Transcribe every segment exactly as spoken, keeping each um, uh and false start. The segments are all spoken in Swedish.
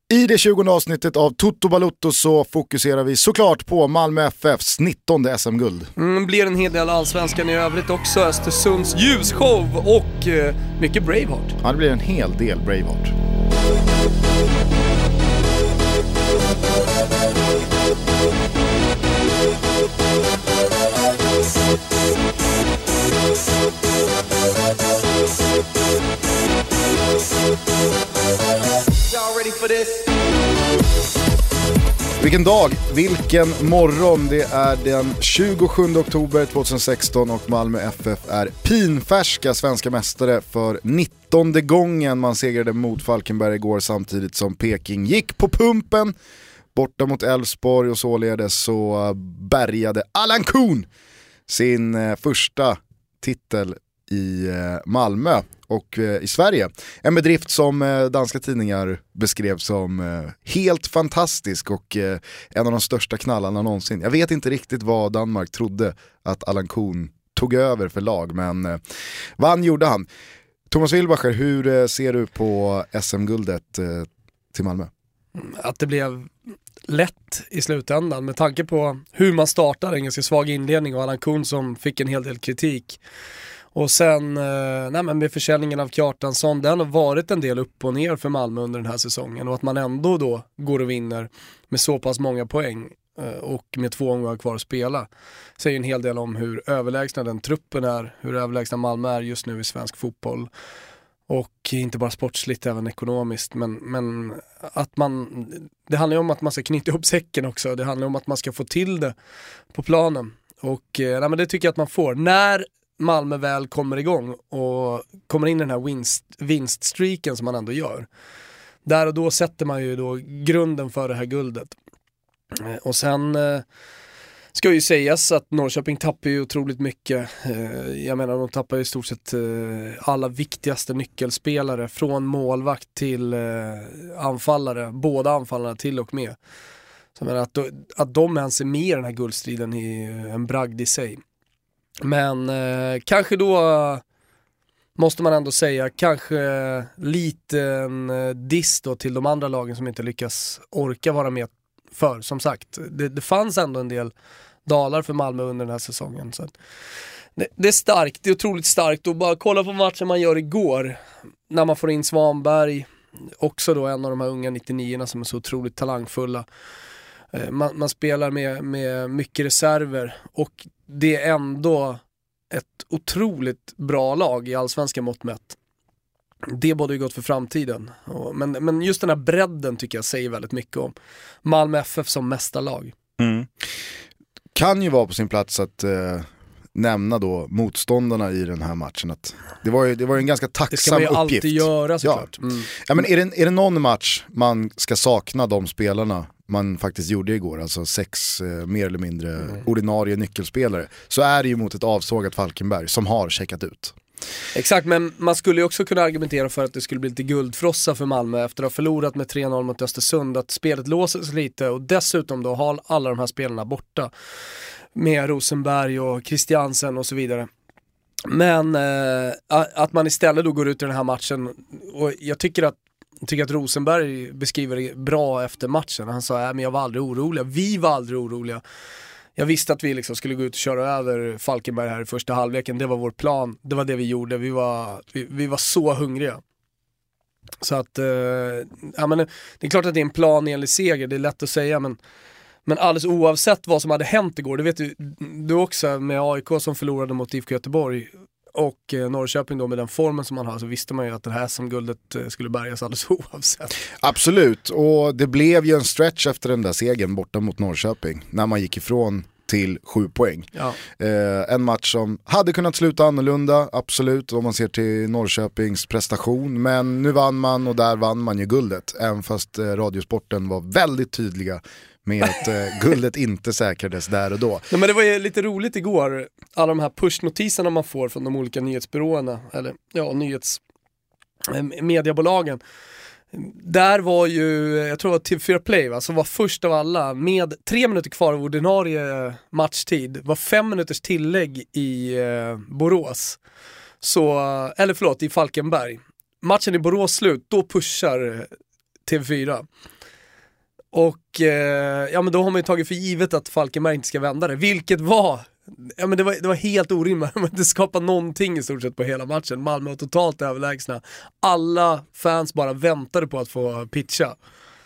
I det tjugonde avsnittet av Toto Balotto så fokuserar vi såklart på Malmö F F:s nittonde S M-guld. Mm, blir en hel del allsvenskan i övrigt också, Östersunds ljusshow och eh, mycket Braveheart. Ja, det blir en hel del Braveheart. Vilken dag, vilken morgon. Det är den tjugosjunde oktober tjugohundrasexton och Malmö F F är pinfärska svenska mästare för nittonde gången. Man segrade mot Falkenberg igår samtidigt som Peking gick på pumpen borta mot Elfsborg, och således så bärgade Alan Kuhn sin eh, första titel i eh, Malmö och eh, i Sverige. En bedrift som eh, danska tidningar beskrev som eh, helt fantastisk och eh, en av de största knallarna någonsin. Jag vet inte riktigt vad Danmark trodde att Alan Kuhn tog över för lag, men eh, vann gjorde han. Thomas Wilbacher, hur eh, ser du på S M-guldet eh, till Malmö? Att det blev lätt i slutändan med tanke på hur man startar, en ganska svag inledning och Alan Kuhn som fick en hel del kritik. Och sen eh, nej men med försäljningen av Kjartansson, det har varit en del upp och ner för Malmö under den här säsongen, och att man ändå då går och vinner med så pass många poäng eh, och med två omgångar kvar att spela säger en hel del om hur överlägsna den truppen är, hur överlägsna Malmö är just nu i svensk fotboll. Och inte bara sportsligt, även ekonomiskt. Men, men att man, det handlar ju om att man ska knyta ihop säcken också. Det handlar om att man ska få till det på planen. Och eh, nej, men det tycker jag att man får. När Malmö väl kommer igång och kommer in i den här vinst, vinststreaken som man ändå gör. Där och då sätter man ju då grunden för det här guldet. Eh, och sen... Eh, ska ju sägas att Norrköping tappar ju otroligt mycket. Jag menar, de tappar ju i stort sett alla viktigaste nyckelspelare från målvakt till anfallare, båda anfallarna till och med. Så jag menar, att, att de ens är med i den här guldstriden är en bragd i sig. Men eh, kanske då måste man ändå säga kanske lite en diss då till de andra lagen som inte lyckas orka vara med. För som sagt, det, det fanns ändå en del dalar för Malmö under den här säsongen. Så det, det är starkt, det är otroligt starkt. Och bara kolla på matchen man gör igår. När man får in Svanberg, också då en av de här unga nittionio som är så otroligt talangfulla. Man, man spelar med, med mycket reserver. Och det är ändå ett otroligt bra lag i allsvenska mått mätt. Det borde ju gått för framtiden. Men, men just den här bredden tycker jag säger väldigt mycket om Malmö F F som mästarlag. Mm. Kan ju vara på sin plats att eh, nämna då motståndarna i den här matchen. Att det var ju det var ju en ganska tacksam uppgift. Det ska man ju uppgift. alltid göra såklart. Ja. Mm. Ja, men är det, är det någon match man ska sakna de spelarna man faktiskt gjorde igår, alltså sex eh, mer eller mindre mm. ordinarie nyckelspelare, så är det ju mot ett avsågat Falkenberg som har checkat ut. Exakt, men man skulle ju också kunna argumentera för att det skulle bli lite guldfrossa för Malmö efter att ha förlorat med tre noll mot Östersund, att spelet låses lite och dessutom då har alla de här spelarna borta med Rosenberg och Christiansen och så vidare. Men eh, att man istället då går ut i den här matchen, och jag tycker att Jag tycker att Rosenberg beskriver det bra efter matchen. Han sa, äh, men jag var aldrig orolig. Vi var aldrig oroliga. Jag visste att vi liksom skulle gå ut och köra över Falkenberg här i första halvleken. Det var vår plan. Det var det vi gjorde. Vi var, vi, vi var så hungriga. Så att, eh, ja, men det är klart att det är en planenlig seger. Det är lätt att säga, men, men alldeles oavsett vad som hade hänt igår. Det vet du, du också med A I K som förlorade mot I F K Göteborg. Och eh, Norrköping då med den formen som man har, så visste man ju att det här som guldet eh, skulle bärgas alldeles oavsett. Absolut, och det blev ju en stretch efter den där segern borta mot Norrköping när man gick ifrån till sju poäng. Ja. Eh, en match som hade kunnat sluta annorlunda, absolut, om man ser till Norrköpings prestation, men nu vann man och där vann man ju guldet, även fast eh, Radiosporten var väldigt tydliga med att eh, guldet inte säkrades där och då. Nej, men det var ju lite roligt igår, alla de här pushnotiserna man får från de olika nyhetsbyråerna, eller ja, nyhets eh, mediebolagen. Där var ju, jag tror det var T V fyra Play va, som var först av alla med tre minuter kvar av ordinarie matchtid, var fem minuters tillägg i eh, Borås. Så, eller förlåt, i Falkenberg. Matchen i Borås slut, då pushar T V fyra. Och eh, ja, men då har man ju tagit för givet att Falkenberg inte ska vända det, vilket var ja, men det var, det var helt orimligt. Det skapade någonting i stort sett på hela matchen. Malmö var totalt överlägsna. Alla fans bara väntade på att få pitcha.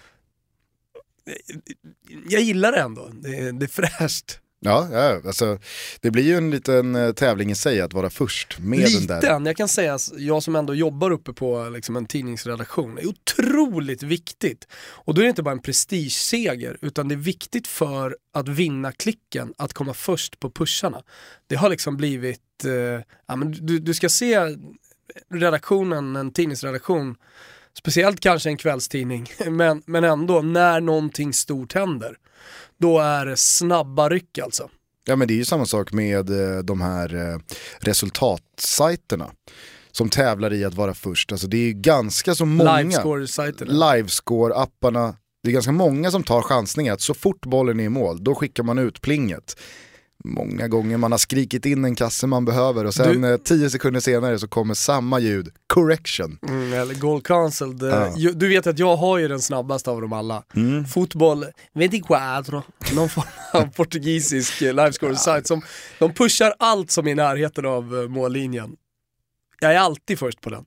Jag gillar det ändå. Det, det är fräscht. Ja, ja, alltså det blir ju en liten uh, tävling i sig att vara först med Liten, den där. jag kan säga, jag som ändå jobbar uppe på liksom, en tidningsredaktion, är otroligt viktigt. Och då är det inte bara en prestigeseger, utan det är viktigt för att vinna klicken, att komma först på pusharna. Det har liksom blivit, uh, ja, men du, du ska se redaktionen, en tidningsredaktion, speciellt kanske en kvällstidning, men, men ändå när någonting stort händer, då är det snabba ryck alltså. Ja, men det är ju samma sak med eh, de här eh, resultatsajterna som tävlar i att vara först. Alltså det är ju ganska så många Livescore-sajterna. Livescore-apparna. Det är ganska många som tar chansningar att så fort bollen är i mål, då skickar man ut plinget. Många gånger man har skrikit in en kasse man behöver och sen du, tio sekunder senare så kommer samma ljud, correction. Mm, eller goal cancelled. Ja. Du vet att jag har ju den snabbaste av dem alla. Mm. Fotboll, ventiquattro, någon form av portugisisk livescore-sajt som de pushar allt som är i närheten av mållinjen. Jag är alltid först på den.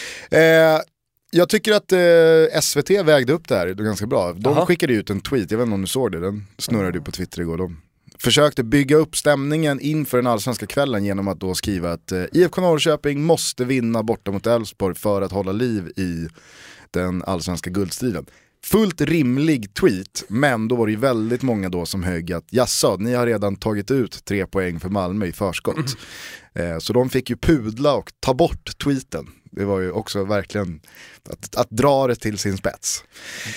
Eh, jag tycker att eh, S V T vägde upp det här ganska bra. De Aha. skickade ut en tweet, jag vet inte om du såg det, den snurrade ju på Twitter igår. De försökte bygga upp stämningen inför den allsvenska kvällen genom att då skriva att eh, I F K Norrköping måste vinna borta mot Elfsborg för att hålla liv i den allsvenska guldstriden. Fullt rimlig tweet, men då var det ju väldigt många då som högg att jaså, ni har redan tagit ut tre poäng för Malmö i förskott. Mm. Eh, så de fick ju pudla och ta bort tweeten. Det var ju också verkligen att, att dra det till sin spets.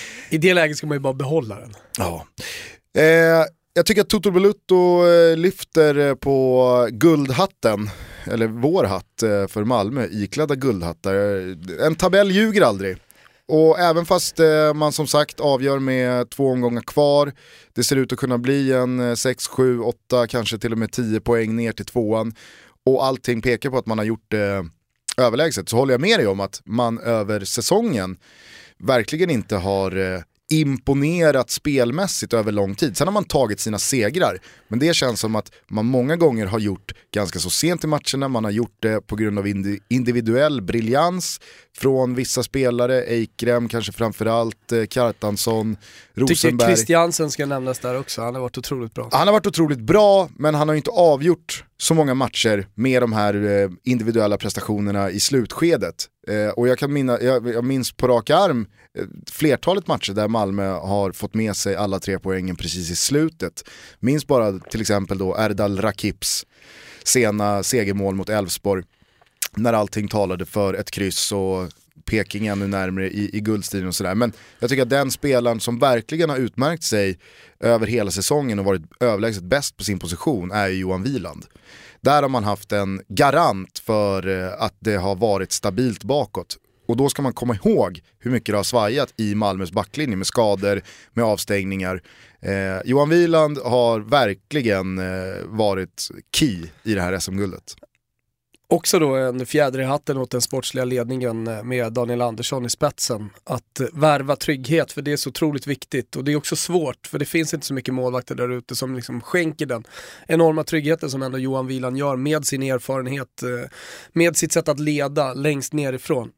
I det läget ska man ju bara behålla den. Ja. Eh, Jag tycker att Toto Balutto lyfter på guldhatten, eller vår hatt för Malmö, iklädda guldhattar. En tabell ljuger aldrig. Och även fast man som sagt avgör med två omgångar kvar, det ser ut att kunna bli en sex, sju, åtta, kanske till och med tio poäng ner till tvåan. Och allting pekar på att man har gjort det överlägset. Så håller jag med dig om att man över säsongen verkligen inte har imponerat spelmässigt över lång tid. Sen har man tagit sina segrar, men det känns som att man många gånger har gjort ganska så sent i matcherna, man har gjort det på grund av individuell briljans från vissa spelare, Eikrem kanske framförallt, Kjartansson, Rosenberg. Tycker Christiansen ska nämnas där också, han har varit otroligt bra. Han har varit otroligt bra, men han har inte avgjort så många matcher med de här individuella prestationerna i slutskedet. Och jag kan minna, jag, jag minns på rak arm flertalet matcher där Malmö har fått med sig alla tre poängen precis i slutet. Minns bara till exempel då Erdal Rakips sena segermål mot Elfsborg när allting talade för ett kryss och Peking ännu närmare i, i guldstriden och sådär. Men jag tycker att den spelaren som verkligen har utmärkt sig över hela säsongen och varit överlägset bäst på sin position är Johan Wieland. Där har man haft en garant för att det har varit stabilt bakåt. Och då ska man komma ihåg hur mycket det har svajat i Malmös backlinje med skador, med avstängningar. Eh, Johan Wieland har verkligen eh, varit key i det här S M-guldet. Också då en fjäder i hatten åt den sportsliga ledningen med Daniel Andersson i spetsen. Att värva trygghet, för det är så otroligt viktigt. Och det är också svårt, för det finns inte så mycket målvakter där ute som liksom skänker den enorma tryggheten som ändå Johan Wieland gör med sin erfarenhet, med sitt sätt att leda längst nerifrån.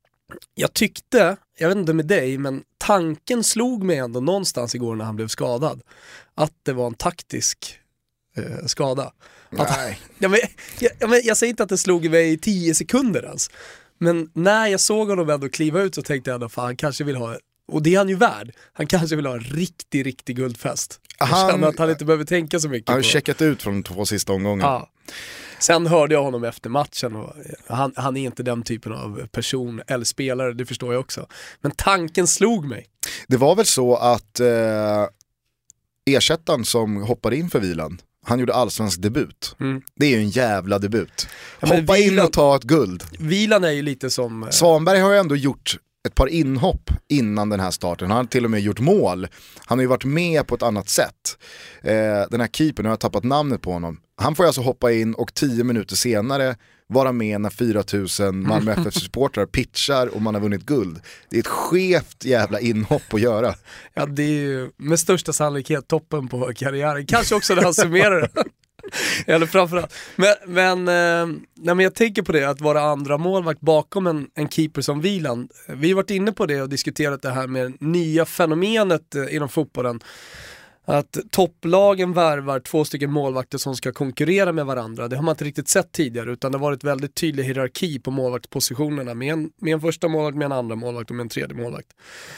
Jag tyckte, jag vet inte med dig, men tanken slog mig ändå någonstans igår när han blev skadad. Att det var en taktisk eh, skada. Att, ja, men, jag, men, jag säger inte att det slog mig i tio sekunder ens. Men när jag såg honom ändå kliva ut så tänkte jag att han kanske vill ha, och det är han ju värd, han kanske vill ha en riktig, riktig guldfest. Jag han, känner att han inte behöver tänka så mycket. Han har på. checkat ut från de två sista omgångarna. Ja. Sen hörde jag honom efter matchen och han, han är inte den typen av person eller spelare, det förstår jag också. Men tanken slog mig. Det var väl så att eh, ersättaren som hoppade in för Wieland, han gjorde allsvensk debut. Mm. Det är ju en jävla debut. Ja, Hoppa Wieland, in och ta ett guld. Wieland är ju lite som... Svanberg har ju ändå gjort ett par inhopp innan den här starten. Han har till och med gjort mål. Han har ju varit med på ett annat sätt. Eh, den här keepern, nu har jag tappat namnet på honom. Han får alltså hoppa in och tio minuter senare vara med när fyra tusen Malmö F F-supportrar pitchar och man har vunnit guld. Det är ett skevt jävla inhopp att göra. Ja, det är ju med största sannolikhet toppen på karriären. Kanske också när han summerar det. Eller framförallt. Men, men, eh, nej, men jag tänker på det, att vara andra målvakt bakom en, en keeper som Wieland. Vi har varit inne på det och diskuterat det här med nya fenomenet eh, inom fotbollen. Att topplagen värvar två stycken målvakter som ska konkurrera med varandra. Det har man inte riktigt sett tidigare, utan det har varit väldigt tydlig hierarki på målvaktspositionerna. Med en, med en första målvakt, med en andra målvakt och med en tredje målvakt.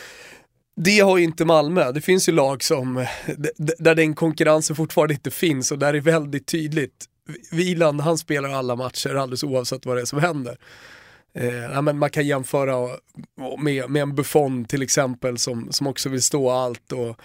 Det har ju inte Malmö. Det finns ju lag som d- där den konkurrensen fortfarande inte finns, och där är väldigt tydligt. Wieland, han spelar alla matcher alldeles oavsett vad det är som händer. Eh, ja, men man kan jämföra med, med en Buffon till exempel som, som också vill stå allt, och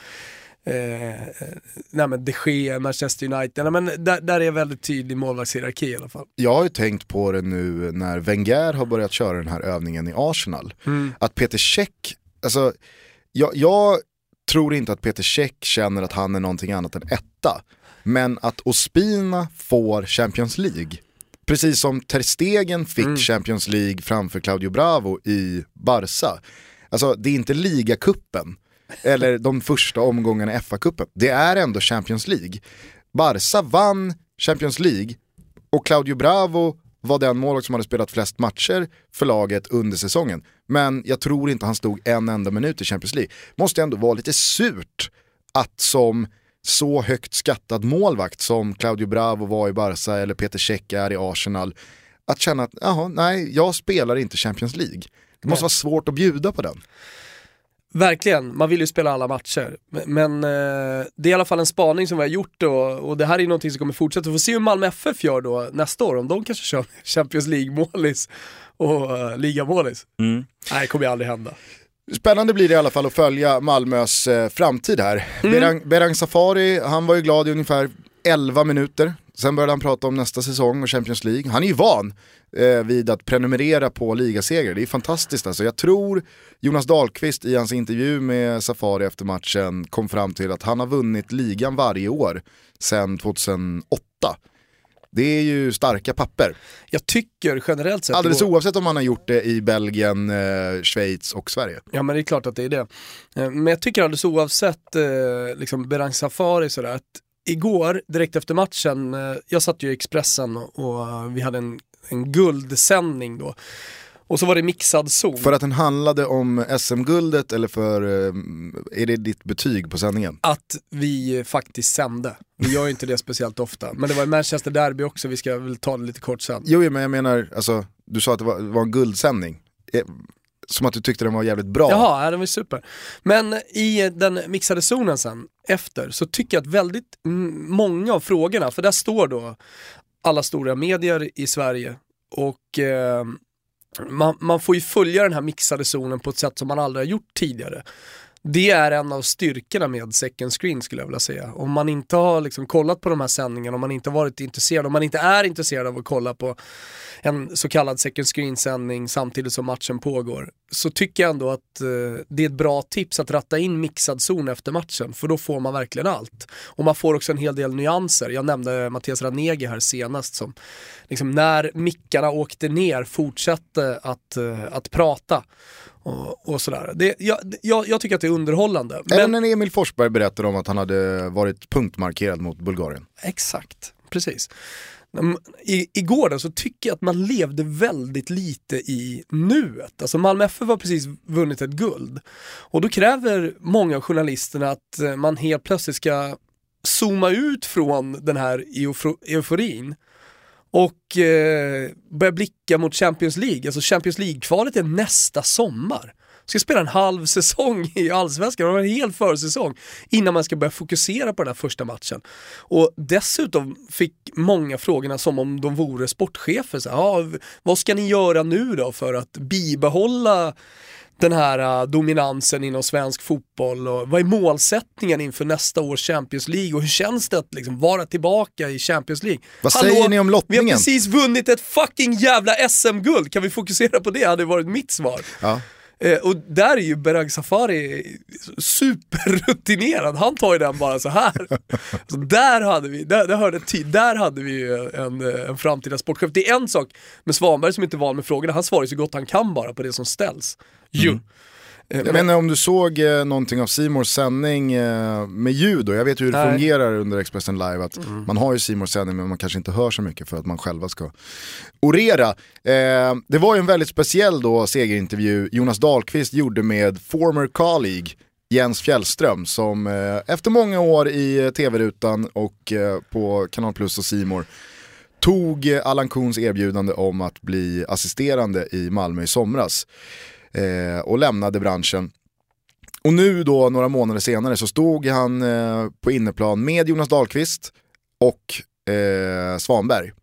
Eh, nej men det sker Manchester United, nej men där, där är väldigt tydlig målvaktshierarki i alla fall. Jag har ju tänkt på det nu när Wenger har börjat köra den här övningen i Arsenal, mm. att Peter Cech, alltså jag, jag tror inte att Peter Cech känner att han är någonting annat än etta, men att Ospina får Champions League, precis som Ter Stegen fick mm. Champions League framför Claudio Bravo i Barca. Alltså det är inte ligacupen eller de första omgångarna i F A-cupen. Det är ändå Champions League. Barca vann Champions League och Claudio Bravo var den målvakt som hade spelat flest matcher för laget under säsongen. Men jag tror inte han stod en enda minut i Champions League. Måste ändå vara lite surt att som så högt skattad målvakt som Claudio Bravo var i Barca eller Peter Cech är i Arsenal, att känna att jaha, nej, jag spelar inte Champions League. Det måste nej. vara svårt att bjuda på den. Verkligen, man vill ju spela alla matcher. Men eh, det är i alla fall en spaning som vi har gjort, och, och det här är någonting som kommer fortsätta. Vi får se hur Malmö F F gör då nästa år, om de kanske kör Champions League-målis och uh, liga-målis. Mm. Nej, det kommer ju aldrig hända. Spännande blir det i alla fall att följa Malmös eh, framtid här. Mm. Berang, Berang Safari, han var ju glad i ungefär elva minuter. Sen började han prata om nästa säsong och Champions League. Han är ju van eh, vid att prenumerera på ligasegrar. Det är fantastiskt alltså. Jag tror Jonas Dahlqvist i hans intervju med Safari efter matchen kom fram till att han har vunnit ligan varje år sedan tjugohundraåtta. Det är ju starka papper. Jag tycker generellt sett... Alldeles oavsett om man har gjort det i Belgien, eh, Schweiz och Sverige. Ja, men det är klart att det är det. Men jag tycker alldeles oavsett eh, liksom Berang Safari sådär, att igår, direkt efter matchen, jag satt ju i Expressen och vi hade en, en guldsändning då. Och så var det mixad zon. För att den handlade om S M-guldet eller för, är det ditt betyg på sändningen? Att vi faktiskt sände. Vi gör ju inte det speciellt ofta. Men det var i Manchester Derby också, vi ska väl ta det lite kort sen. Jo, men jag menar, alltså, du sa att det var, det var en guldsändning. Som att du tyckte den var jävligt bra. Jaha, ja, den var super. Men i den mixade zonen sen, efter, så tycker jag att väldigt m- många av frågorna, för där står då alla stora medier i Sverige, och eh, man, man får ju följa den här mixade zonen på ett sätt som man aldrig har gjort tidigare. Det är en av styrkorna med second screen, skulle jag vilja säga. Om man inte har liksom kollat på de här sändningarna, om man inte varit intresserad, om man inte är intresserad av att kolla på en så kallad second screen-sändning samtidigt som matchen pågår, så tycker jag ändå att eh, det är ett bra tips att ratta in mixad zon efter matchen, för då får man verkligen allt. Och man får också en hel del nyanser. Jag nämnde Mattias Ranegi här senast, som liksom, när mickarna åkte ner, fortsatte att, eh, att prata. Och, och sådär. Det, jag, jag, jag tycker att det är underhållande. Även men... när Emil Forsberg berättade om att han hade varit punktmarkerad mot Bulgarien. Exakt, precis. I, igår då, så tycker jag att man levde väldigt lite i nuet. Alltså Malmö F F har precis vunnit ett guld. Och då kräver många av journalisterna att man helt plötsligt ska zooma ut från den här eufo- euforin och eh, börja blicka mot Champions League. Alltså Champions League-kvalet är nästa sommar. Ska spela en halv säsong i Allsvenskan, och en hel försäsong innan man ska börja fokusera på den här första matchen. Och dessutom fick många frågorna som om de vore sportchefer. Så, ja, vad ska ni göra nu då för att bibehålla den här uh, dominansen inom svensk fotboll, och vad är målsättningen inför nästa års Champions League, och hur känns det att liksom vara tillbaka i Champions League? Vad Hallå, säger ni om lottningen? Vi har precis vunnit ett fucking jävla S M-guld, kan vi fokusera på det? Hade varit mitt svar. Ja. Eh, och där är ju Berag Safari superrutinerad. Han tar ju den bara så här. Så där hade vi, där, där, hörde tid, där hade vi en, en framtida sportchef. Det är en sak med Svanberg som inte är van med frågorna. Han svarar ju så gott han kan bara på det som ställs. Jo. Mm. Jag vet inte om du såg eh, någonting av C Mores sändning eh, med ljud då. Jag vet ju hur det Nej. fungerar under Expressen Live att mm. man har ju C Mores sändning men man kanske inte hör så mycket för att man själva ska orera. Eh, det var ju en väldigt speciell då segerintervju Jonas Dahlqvist gjorde med former colleague Jens Fjällström som eh, efter många år i tv-rutan och eh, på Kanal Plus och C More tog eh, Allan Kuhns erbjudande om att bli assisterande i Malmö i somras. Eh, och lämnade branschen. Och nu då några månader senare så stod han eh, på inneplan med Jonas Dahlqvist och eh, Svanberg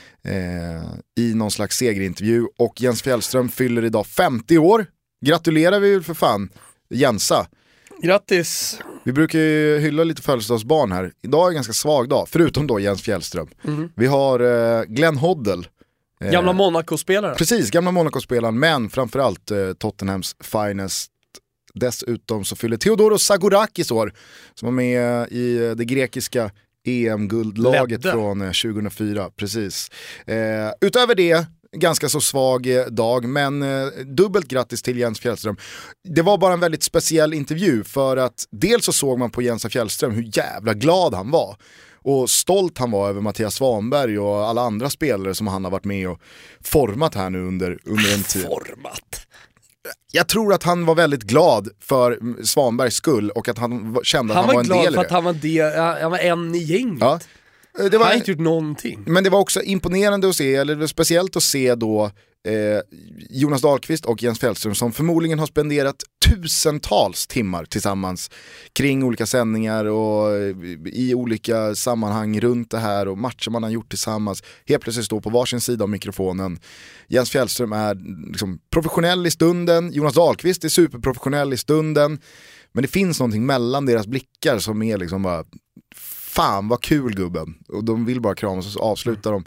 eh, i någon slags segerintervju. Och Jens Fjällström fyller idag femtio år. Gratulerar vi för fan Jensa. Grattis. Vi brukar ju hylla lite födelsedagsbarn här. Idag är en ganska svag dag, förutom då Jens Fjällström. Mm. Vi har eh, Glenn Hoddle. Gamla Monaco-spelaren. Precis, gamla Monaco-spelaren, men framförallt eh, Tottenhams finest. Dessutom så fyller Theodoros Zagorakis år, som var med i det grekiska E M-guldlaget Ledde. från eh, tjugohundrafyra. Precis. Eh, utöver det, ganska så svag eh, dag, men eh, dubbelt grattis till Jens Fjällström. Det var bara en väldigt speciell intervju för att dels så såg man på Jens Fjällström hur jävla glad han var. Och stolt han var över Mattias Svanberg och alla andra spelare som han har varit med och format här nu under, under en tid. Format? Jag tror att han var väldigt glad för Svanbergs skull och att han kände att han, han var, var en del i det. Han var glad för att han var, del, han var en i gänget. Ja. Det var, han har inte gjort någonting. Men det var också imponerande att se, eller speciellt att se då eh, Jonas Dahlqvist och Jens Fjällström som förmodligen har spenderat tusentals timmar tillsammans kring olika sändningar och i olika sammanhang runt det här och matcher man har gjort tillsammans. Helt plötsligt står på varsin sida av mikrofonen. Jens Fjällström är liksom professionell i stunden, Jonas Dahlqvist är superprofessionell i stunden, men det finns någonting mellan deras blickar som är liksom bara fan vad kul gubben, och de vill bara kramas och så avslutar de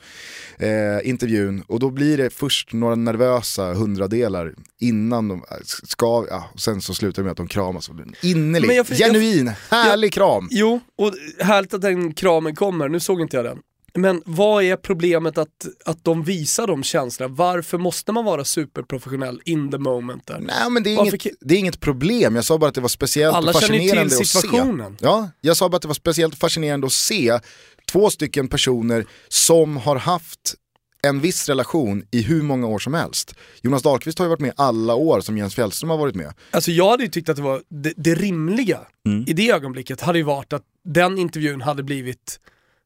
eh, intervjun och då blir det först några nervösa hundradelar innan de ska, ja, och sen så slutar det med att de kramas innerligt, jag, genuin, jag, härlig kram. Jo, och härligt att den kramen kommer, nu såg inte jag den. Men vad är problemet att, att de visar de känslorna? Varför måste man vara superprofessionell in the moment där? Nej, men det är, inget, det är inget problem. Jag sa bara att det var speciellt Alla och fascinerande att se. Ja, jag sa bara att det var speciellt och fascinerande att se två stycken personer som har haft en viss relation i hur många år som helst. Jonas Dahlqvist har ju varit med alla år som Jens Fjällström har varit med. Alltså jag hade ju tyckt att det var det, det rimliga mm. i det ögonblicket hade ju varit att den intervjun hade blivit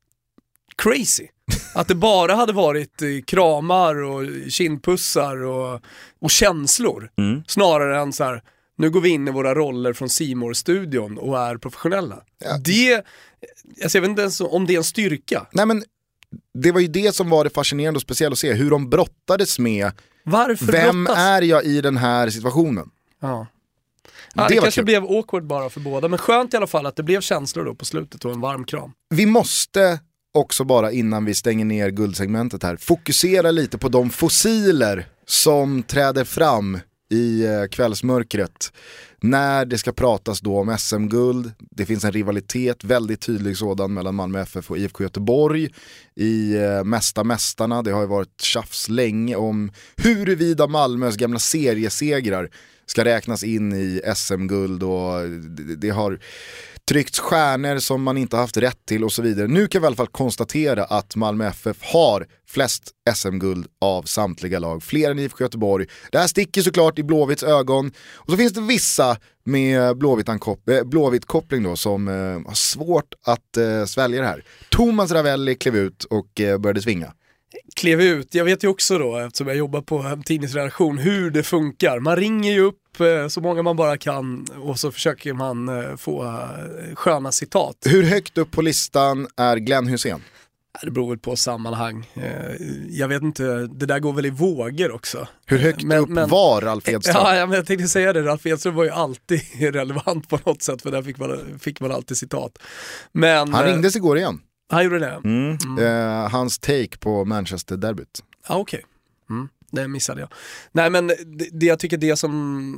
crazy. Att det bara hade varit kramar och kindpussar och, och känslor. Mm. Snarare än så här, nu går vi in i våra roller från C More-studion och är professionella. Ja. Det, alltså jag vet inte ens om det är en styrka. Nej, men det var ju det som var det fascinerande och speciellt att se. Hur de brottades med. Varför Vem brottas? är jag i den här situationen? Ja. Ja, det det kanske kul. blev awkward bara för båda. Men skönt i alla fall att det blev känslor då på slutet och en varm kram. Vi måste också bara innan vi stänger ner guldsegmentet här fokusera lite på de fossiler som träder fram i kvällsmörkret när det ska pratas då om S M-guld. Det finns en rivalitet, väldigt tydlig sådan, mellan Malmö F F och I F K Göteborg i Mästa Mästarna. Det har ju varit tjafs länge om huruvida Malmös gamla seriesegrar ska räknas in i S M-guld och det, det har tryckts stjärnor som man inte har haft rätt till och så vidare. Nu kan vi i alla fall konstatera att Malmö F F har flest S M-guld av samtliga lag. Fler än I F K Göteborg. Det här sticker såklart i Blåvitts ögon. Och så finns det vissa med Blåvitt-koppling då som eh, har svårt att eh, svälja det här. Thomas Ravelli klev ut och eh, började svinga. Klev ut, jag vet ju också då, eftersom jag jobbar på en tidningsredaktion, hur det funkar. Man ringer ju upp så många man bara kan och så försöker man få sköna citat. Hur högt upp på listan är Glenn Hussein? Det beror väl på sammanhang. Jag vet inte, det där går väl i vågor också. Hur högt men, upp men, var Ralf Edström? Ja, men jag tänkte säga det, Ralf Edström var ju alltid relevant på något sätt, för där fick man, fick man alltid citat. Men, han ringdes igår igen. Han gjorde det? Mm. Mm. Eh, hans take på Manchester-derbyt. Ja, ah, okej. Okay. Mm. Det missade jag. Nej, men det, det jag tycker det som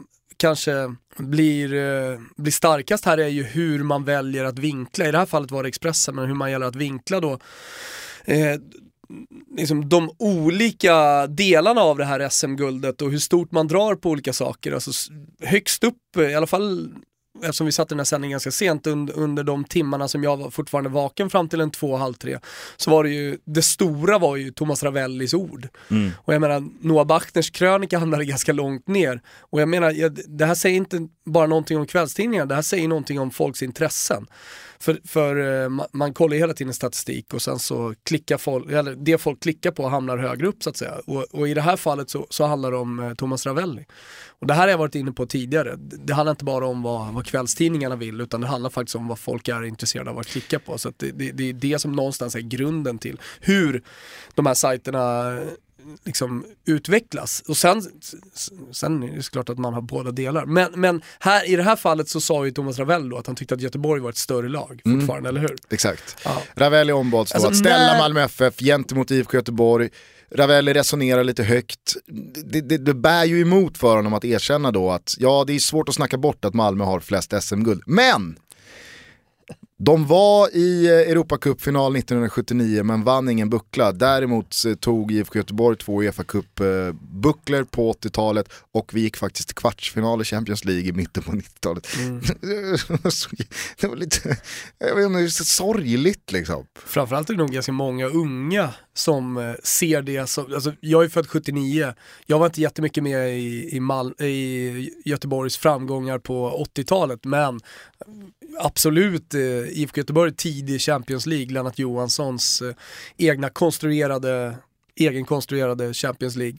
kanske blir, eh, blir starkast här är ju hur man väljer att vinkla. I det här fallet var det Expressen, men hur man gäller att vinkla då eh, liksom de olika delarna av det här S M-guldet och hur stort man drar på olika saker. Alltså högst upp, i alla fall eftersom vi satt i den här sändningen ganska sent under, under de timmarna som jag var fortfarande vaken fram till en två, halv tre, så var det ju, det stora var ju Thomas Ravellis ord. Mm. Och jag menar, Noah Bachners krönika hamnade ganska långt ner. Och jag menar, jag, det här säger inte bara någonting om kvällstidningar, det här säger någonting om folks intressen. För, för man, man kollar hela tiden statistik och sen så klickar folk, eller det folk klickar på hamnar högre upp så att säga. Och, och i det här fallet så, så handlar det om eh, Thomas Ravelli. Och det här har jag varit inne på tidigare. Det, det handlar inte bara om vad, vad kvällstidningarna vill, utan det handlar faktiskt om vad folk är intresserade av att klicka på. Så att det, det, det är det som någonstans är grunden till hur de här sajterna liksom utvecklas. Och sen, sen är det klart att man har båda delar. Men, men här, i det här fallet så sa ju Thomas Ravelli då att han tyckte att Göteborg var ett större lag fortfarande, mm. eller hur? Exakt. Ja. Ravelli ombads då alltså, att ställa när... Malmö F F gentemot I F K Göteborg. Ravelli resonerar lite högt. Det, det, det bär ju emot för honom att erkänna då att ja, det är svårt att snacka bort att Malmö har flest S M-guld. Men de var i Europacup-final nittonhundrasjuttionio men vann ingen buckla. Däremot tog I F K Göteborg två UEFA Cup-bucklor på åttiotalet och vi gick faktiskt till kvartsfinal i Champions League i mitten på nittiotalet. Mm. Det var lite, jag vet inte, det är så sorgligt liksom. Framförallt är det nog ganska många unga som ser det som, alltså jag är född sjuttionio, jag var inte jättemycket med i, i, Mal, i Göteborgs framgångar på åttiotalet, men absolut eh, I F K Göteborg tidig Champions League, Lennart Johanssons eh, egna konstruerade egenkonstruerade Champions League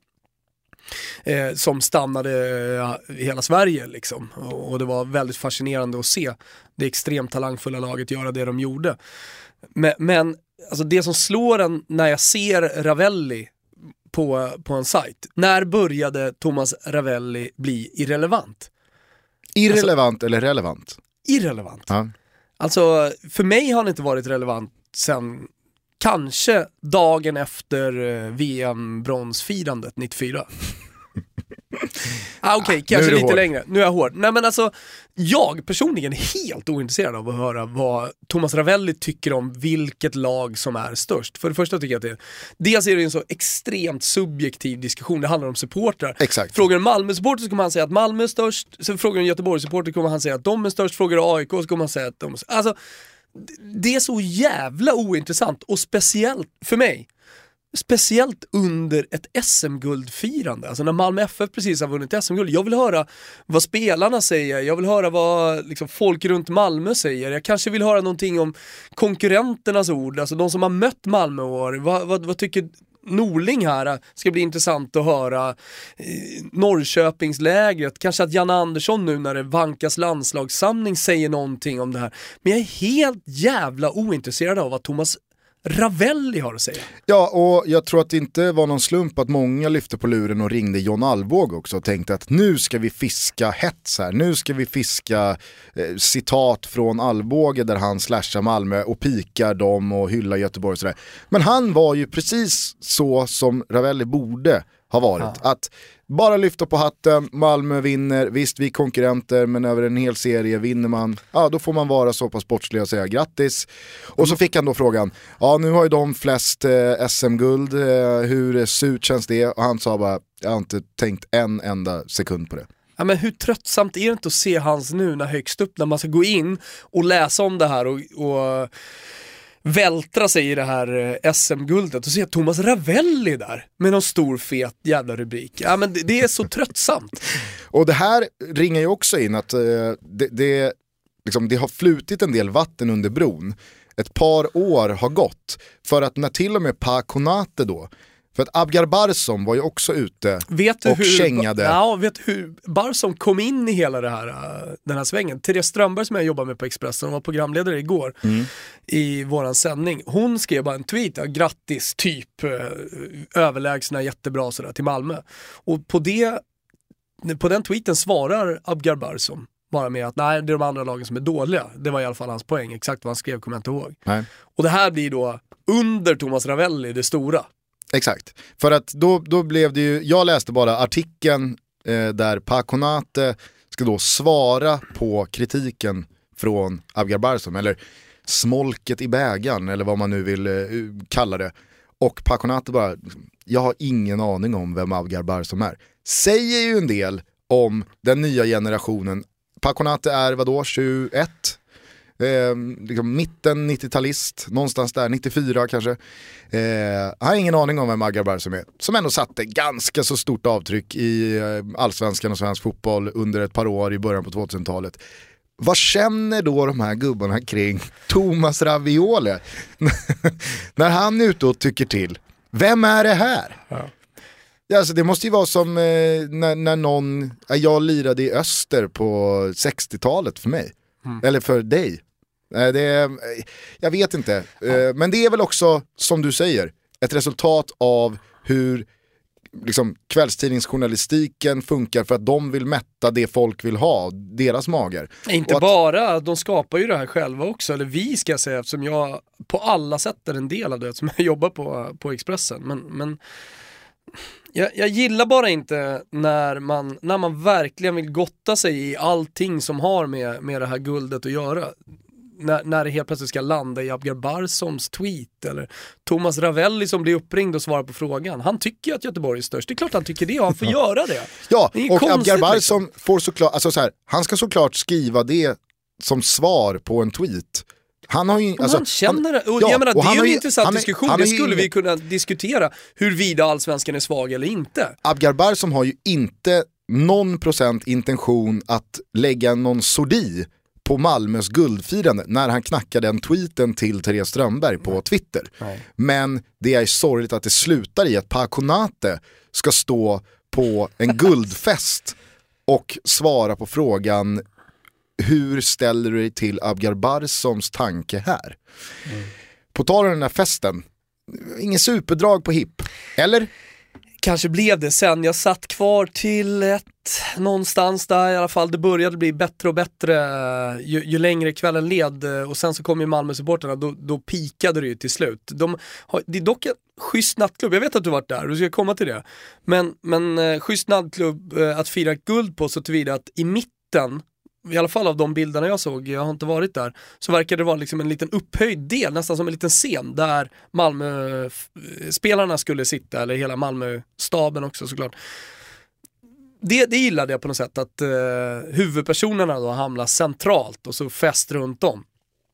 eh, som stannade eh, i hela Sverige liksom. och, och det var väldigt fascinerande att se det extremt talangfulla laget göra det de gjorde. Men, men alltså det som slår en när jag ser Ravelli på, på en sajt, när började Thomas Ravelli bli irrelevant? Irrelevant alltså, eller relevant? Irrelevant. Ja. Alltså för mig har han inte varit relevant sen kanske dagen efter V M-bronsfirandet nittiofyra. ah, Okej, okay, kanske lite hård. längre. Nu är jag hård. Nej men alltså, jag personligen är helt ointresserad av att höra vad Thomas Ravelli tycker om vilket lag som är störst. För det första tycker jag att det dels är det en så extremt subjektiv diskussion. Det handlar om supportrar. Exakt. Frågar en Malmö-supporter så kommer han säga att Malmö är störst. Så frågar en Göteborg-supporter kommer han säga att de är störst. Frågar A I K så kommer han säga att de är störst. Alltså, det är så jävla ointressant och speciellt för mig. Speciellt under ett S M-guldfirande. Alltså när Malmö F F precis har vunnit S M-guld. Jag vill höra vad spelarna säger. Jag vill höra vad liksom, folk runt Malmö säger. Jag kanske vill höra någonting om konkurrenternas ord. Alltså de som har mött Malmö år. Vad, vad, vad tycker Norling här? Ska bli intressant att höra. eh, Norrköpingslägret. Kanske att Janne Andersson nu när det vankas landslagssamling säger någonting om det här. Men jag är helt jävla ointresserad av vad Thomas Ravelli har att säga. Ja, och jag tror att det inte var någon slump att många lyfte på luren och ringde John Alvbåge också och tänkte att nu ska vi fiska hets här. Nu ska vi fiska eh, citat från Alvbåge där han slashar Malmö och pikar dem och hyllar Göteborg och sådär. Men han var ju precis så som Ravelli borde ha varit. Ja. Att bara lyfta på hatten, Malmö vinner, visst vi är konkurrenter men över en hel serie vinner man, ja då får man vara så pass sportslig och säga grattis. Och så fick han då frågan, ja nu har ju de flest eh, S M-guld, eh, hur surt känns det? Och han sa bara, jag har inte tänkt en enda sekund på det. Ja, men hur tröttsamt är det inte att se hans nu när högst upp, när man ska gå in och läsa om det här och... och vältra sig i det här S M-guldet och se Thomas Ravelli där med någon stor fet jävla rubrik. Ja men det, det är så tröttsamt. Och det här ringar ju också in att eh, det, det, liksom, det har flutit en del vatten under bron. Ett par år har gått för att när till och med Pa Konate då, för att Abgar Barsom var ju också ute vet och hur, kängade. Ja, vet du hur Barsom kom in i hela det här, den här svängen? Therese Strömberg som jag jobbar med på Expressen, hon var programledare igår mm. i våran sändning. Hon skrev bara en tweet, ja, grattis, typ överlägsna, jättebra sådär till Malmö. Och på, det, på den tweeten svarar Abgar Barsom bara med att nej, det är de andra lagen som är dåliga. Det var i alla fall hans poäng, exakt vad han skrev kommer jag inte ihåg. Nej. Och det här blir då under Thomas Ravelli det stora. Exakt, för att då, då blev det ju, jag läste bara artikeln eh, där Pa Konate ska då svara på kritiken från Abgar Barsom, eller smolket i bägaren, eller vad man nu vill uh, kalla det. Och Paconate bara, jag har ingen aning om vem Abgar Barsom är. Säger ju en del om den nya generationen. Paconate är vadå, tjugoett? Eh, liksom mitten nittiotalist, någonstans där, nittiofyra kanske. Eh, jag har ingen aning om vem Abgar Barsom är. Som ändå satte ganska så stort avtryck i eh, allsvenskan och svensk fotboll under ett par år i början på tvåtusentalet. Vad känner då de här gubbarna kring Thomas Ravioli när han är ute och tycker till? Vem är det här? Ja. Ja, alltså det måste ju vara som eh, när, när någon, jag lirade i Öster på sextiotalet för mig. Mm. Eller för dig. Eh, det är, jag vet inte. Ja. Eh, men det är väl också, som du säger, ett resultat av hur liksom, kvällstidningsjournalistiken funkar för att de vill mätta det folk vill ha, deras mager. Inte att... bara, de skapar ju det här själva också, eller vi ska säga, eftersom jag på alla sätt är en del av det, som jag jobbar på, på Expressen. Men, men jag, jag gillar bara inte när man, när man verkligen vill gotta sig i allting som har med, med det här guldet att göra. När, när det helt plötsligt ska landa i Abgar Barsoms tweet eller Thomas Ravelli som blir uppringd och svarar på frågan. Han tycker att Göteborg är störst. Det är klart han tycker det och han får göra det. Ja, det och Abgar Barsom liksom. får såklart, alltså så här, han ska såklart skriva det som svar på en tweet. Han har ju, alltså, han känner det. Och ja, jag menar, och det är ju en ju, intressant han är, diskussion. Han det är, skulle ju, vi kunna diskutera huruvida allsvenskan är svag eller inte. Abgar Barsom har ju inte någon procent intention att lägga någon sordi på Malmös guldfirande när han knackade den tweeten till Therese Strömberg på Twitter. Nej. Men det är sorgligt att det slutar i att Paconate ska stå på en guldfest och svara på frågan: hur ställer du dig till Abgar Barsoms tanke här? Mm. På tal om den här festen, ingen superdrag på hipp, eller? Kanske blev det sen. Jag satt kvar till ett någonstans där i alla fall. Det började bli bättre och bättre ju, ju längre kvällen led. Och sen så kom ju Malmö-supporterna. Då, då pikade det ju till slut. De har, det är dock en schysst nattklubb. Jag vet att du varit där. Du ska komma till det. Men, men eh, schysst nattklubb eh, att fira guld på, så tillvida att i mitten, i alla fall av de bilderna jag såg, jag har inte varit där, så verkar det vara liksom en liten upphöjd del, nästan som en liten scen där Malmö-spelarna skulle sitta, eller hela Malmö-staben också såklart. Det, det gillade jag på något sätt, att eh, huvudpersonerna då hamnar centralt och så fest runt om.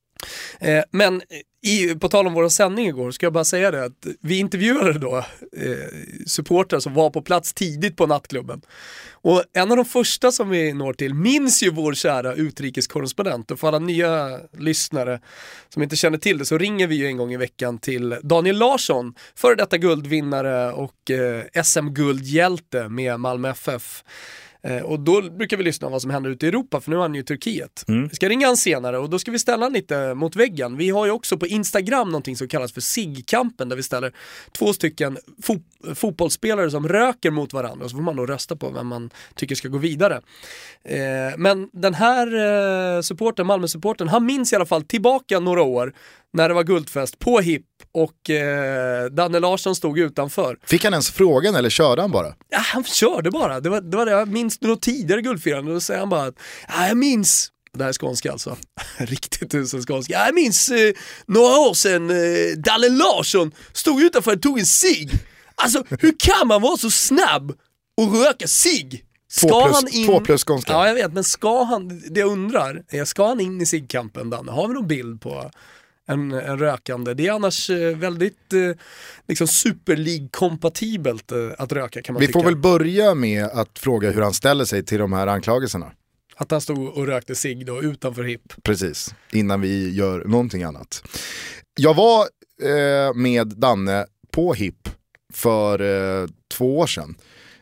Eh, men i, på tal om våra sändning igår, ska jag bara säga det att vi intervjuade då eh, supportrar som var på plats tidigt på nattklubben. Och en av de första som vi når till minns ju vår kära utrikeskorrespondent. Och för alla nya lyssnare som inte känner till det, så ringer vi ju en gång i veckan till Daniel Larsson, före detta guldvinnare och eh, S M-guldhjälte med Malmö F F. Eh, och då brukar vi lyssna på vad som händer ute i Europa, för nu är han ju i Turkiet. Mm. Vi ska ringa han senare och då ska vi ställa han lite mot väggen. Vi har ju också på Instagram någonting som kallas för SIG-kampen, där vi ställer två stycken fo- fotbollsspelare som röker mot varandra, och så får man då rösta på vem man tycker ska gå vidare. Eh, men den här eh, supporten, Malmö-supporten, han minns i alla fall tillbaka några år när det var guldfest på Hipp och eh, Danne Larsson stod utanför. Fick han ens frågan eller körde han bara? Ja, han körde bara. Det var det, var det jag minns något tidigare guldfirande. Då säger han bara att ja, jag minns, det här är skånska alltså, riktigt tusen skånska. Ja, jag minns eh, några år sedan eh, Danne Larsson stod utanför och tog en cigg. Alltså, hur kan man vara så snabb och röka cigg? Ska två plus, han in... två plus skånska. Ja, jag vet, men ska han, det jag undrar är, ska han in i ciggkampen, Danne? Har vi någon bild på en, en rökande? Det är annars eh, väldigt eh, liksom Super League-kompatibelt eh, att röka, kan man Vi tycka. får väl börja med att fråga hur han ställer sig till de här anklagelserna. Att han stod och rökte cigg då utanför Hipp. Precis, innan vi gör någonting annat. Jag var eh, med Danne på Hipp för eh, två år sedan.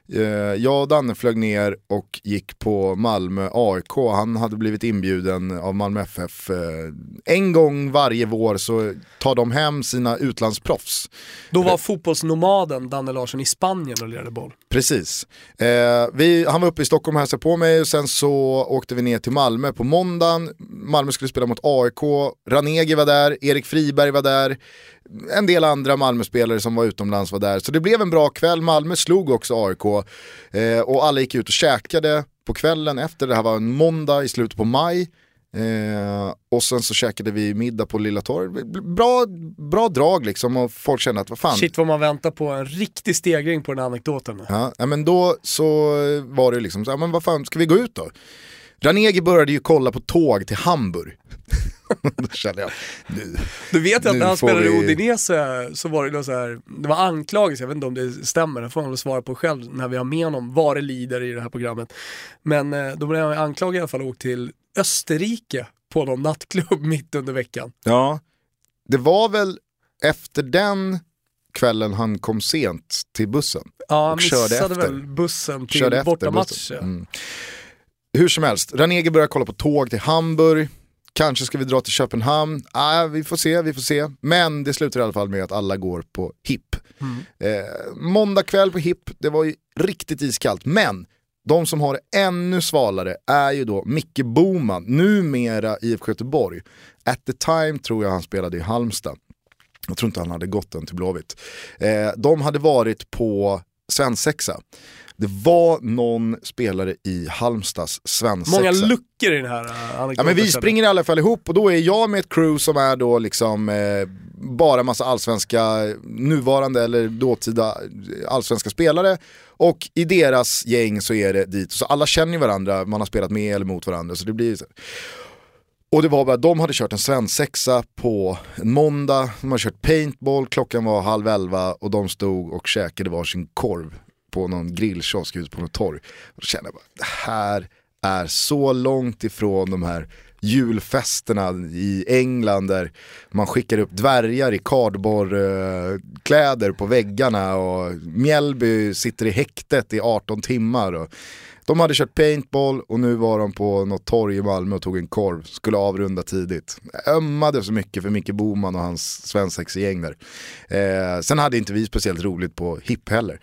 Jag och Danne flög ner och gick på Malmö A I K. Han hade blivit inbjuden av Malmö F F. En gång varje vår så tar de hem sina utlandsproffs. Då var fotbollsnomaden Danne Larsson i Spanien och lirade boll. Precis. Eh, vi, han var uppe i Stockholm och hälsade på mig, och sen så åkte vi ner till Malmö på måndagen. Malmö skulle spela mot A I K. Ranegi var där, Erik Friberg var där. En del andra Malmö-spelare som var utomlands var där. Så det blev en bra kväll. Malmö slog också A I K. Eh, och alla gick ut och käkade på kvällen efter, det här var en måndag i slutet på maj. Eh, och sen så käkade vi middag på Lilla Torg. Bra, bra drag liksom, och folk kände att vad fan. Shit vad man väntar på en riktig stegring på den anekdoten. Ja, men då så var det liksom så här, men vad fan, ska vi gå ut då? Ranegi började ju kolla på tåg till Hamburg. Då kände jag, nu, du vet att när han spelade vi... Udinese så var det då så här, det var anklagelse, jag vet inte om det stämmer, det får man väl svara på själv när vi har med honom vad det lider i det här programmet. Men då blev han anklagad i alla fall och åkt till Österrike på någon nattklubb mitt under veckan. Ja, det var väl efter den kvällen han kom sent till bussen. Ja, och körde efter. väl bussen till körde bortamatch. Mm. Hur som helst, Ranegi börjar kolla på tåg till Hamburg. Kanske ska vi dra till Köpenhamn. Ah, vi får se, vi får se. Men det slutar i alla fall med att alla går på Hipp. Mm. Eh, måndag kväll på Hipp, det var ju riktigt iskallt. Men de som har det ännu svalare är ju då Micke Boman, numera I F K Göteborg. At the time tror jag han spelade i Halmstad. Jag tror inte han hade gått den till Blåvitt. Eh, de hade varit på svensexa. Det var någon spelare i Halmstads svensexa. Många luckor i den här anekdoten. Ja, men vi springer i alla fall ihop och då är jag med ett crew som är då liksom eh, bara massa allsvenska nuvarande eller dåtida allsvenska spelare, och i deras gäng så är det dit. Så alla känner ju varandra, man har spelat med eller mot varandra, så det blir så. Och det var bara, de hade kört en svensexa på en måndag, de hade kört paintball, klockan var halv elva och de stod och käkade varsin korv på någon grillkiosk ute på något torg. Och då kände jag bara, det här är så långt ifrån de här julfesterna i England där man skickar upp dvärgar i kardborrkläder på väggarna och Mjällby sitter i häktet i arton timmar. Och de hade kört paintball och nu var de på något torg i Malmö och tog en korv, skulle avrunda tidigt. Jag ömmade så mycket för Micke Boman och hans svensexgäng där. Eh, sen hade inte vi speciellt roligt på Hipp heller.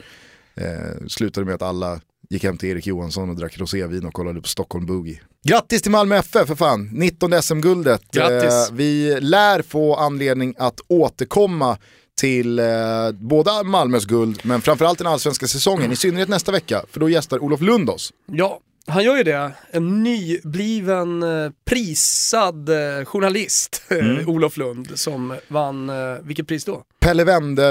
Eh, slutade med att alla gick hem till Erik Johansson och drack rosévin och kollade på Stockholm Boogie. Grattis till Malmö F F för fan, nittonde S M-guldet. Grattis. Eh, vi lär få anledning att återkomma till eh, båda Malmös guld, men framförallt den allsvenska säsongen, i synnerhet nästa vecka, för då gästar Olof Lund oss. Ja, han gör ju det. En nybliven eh, prisad eh, journalist, mm. Olof Lund, som vann, eh, vilket pris då? Pelle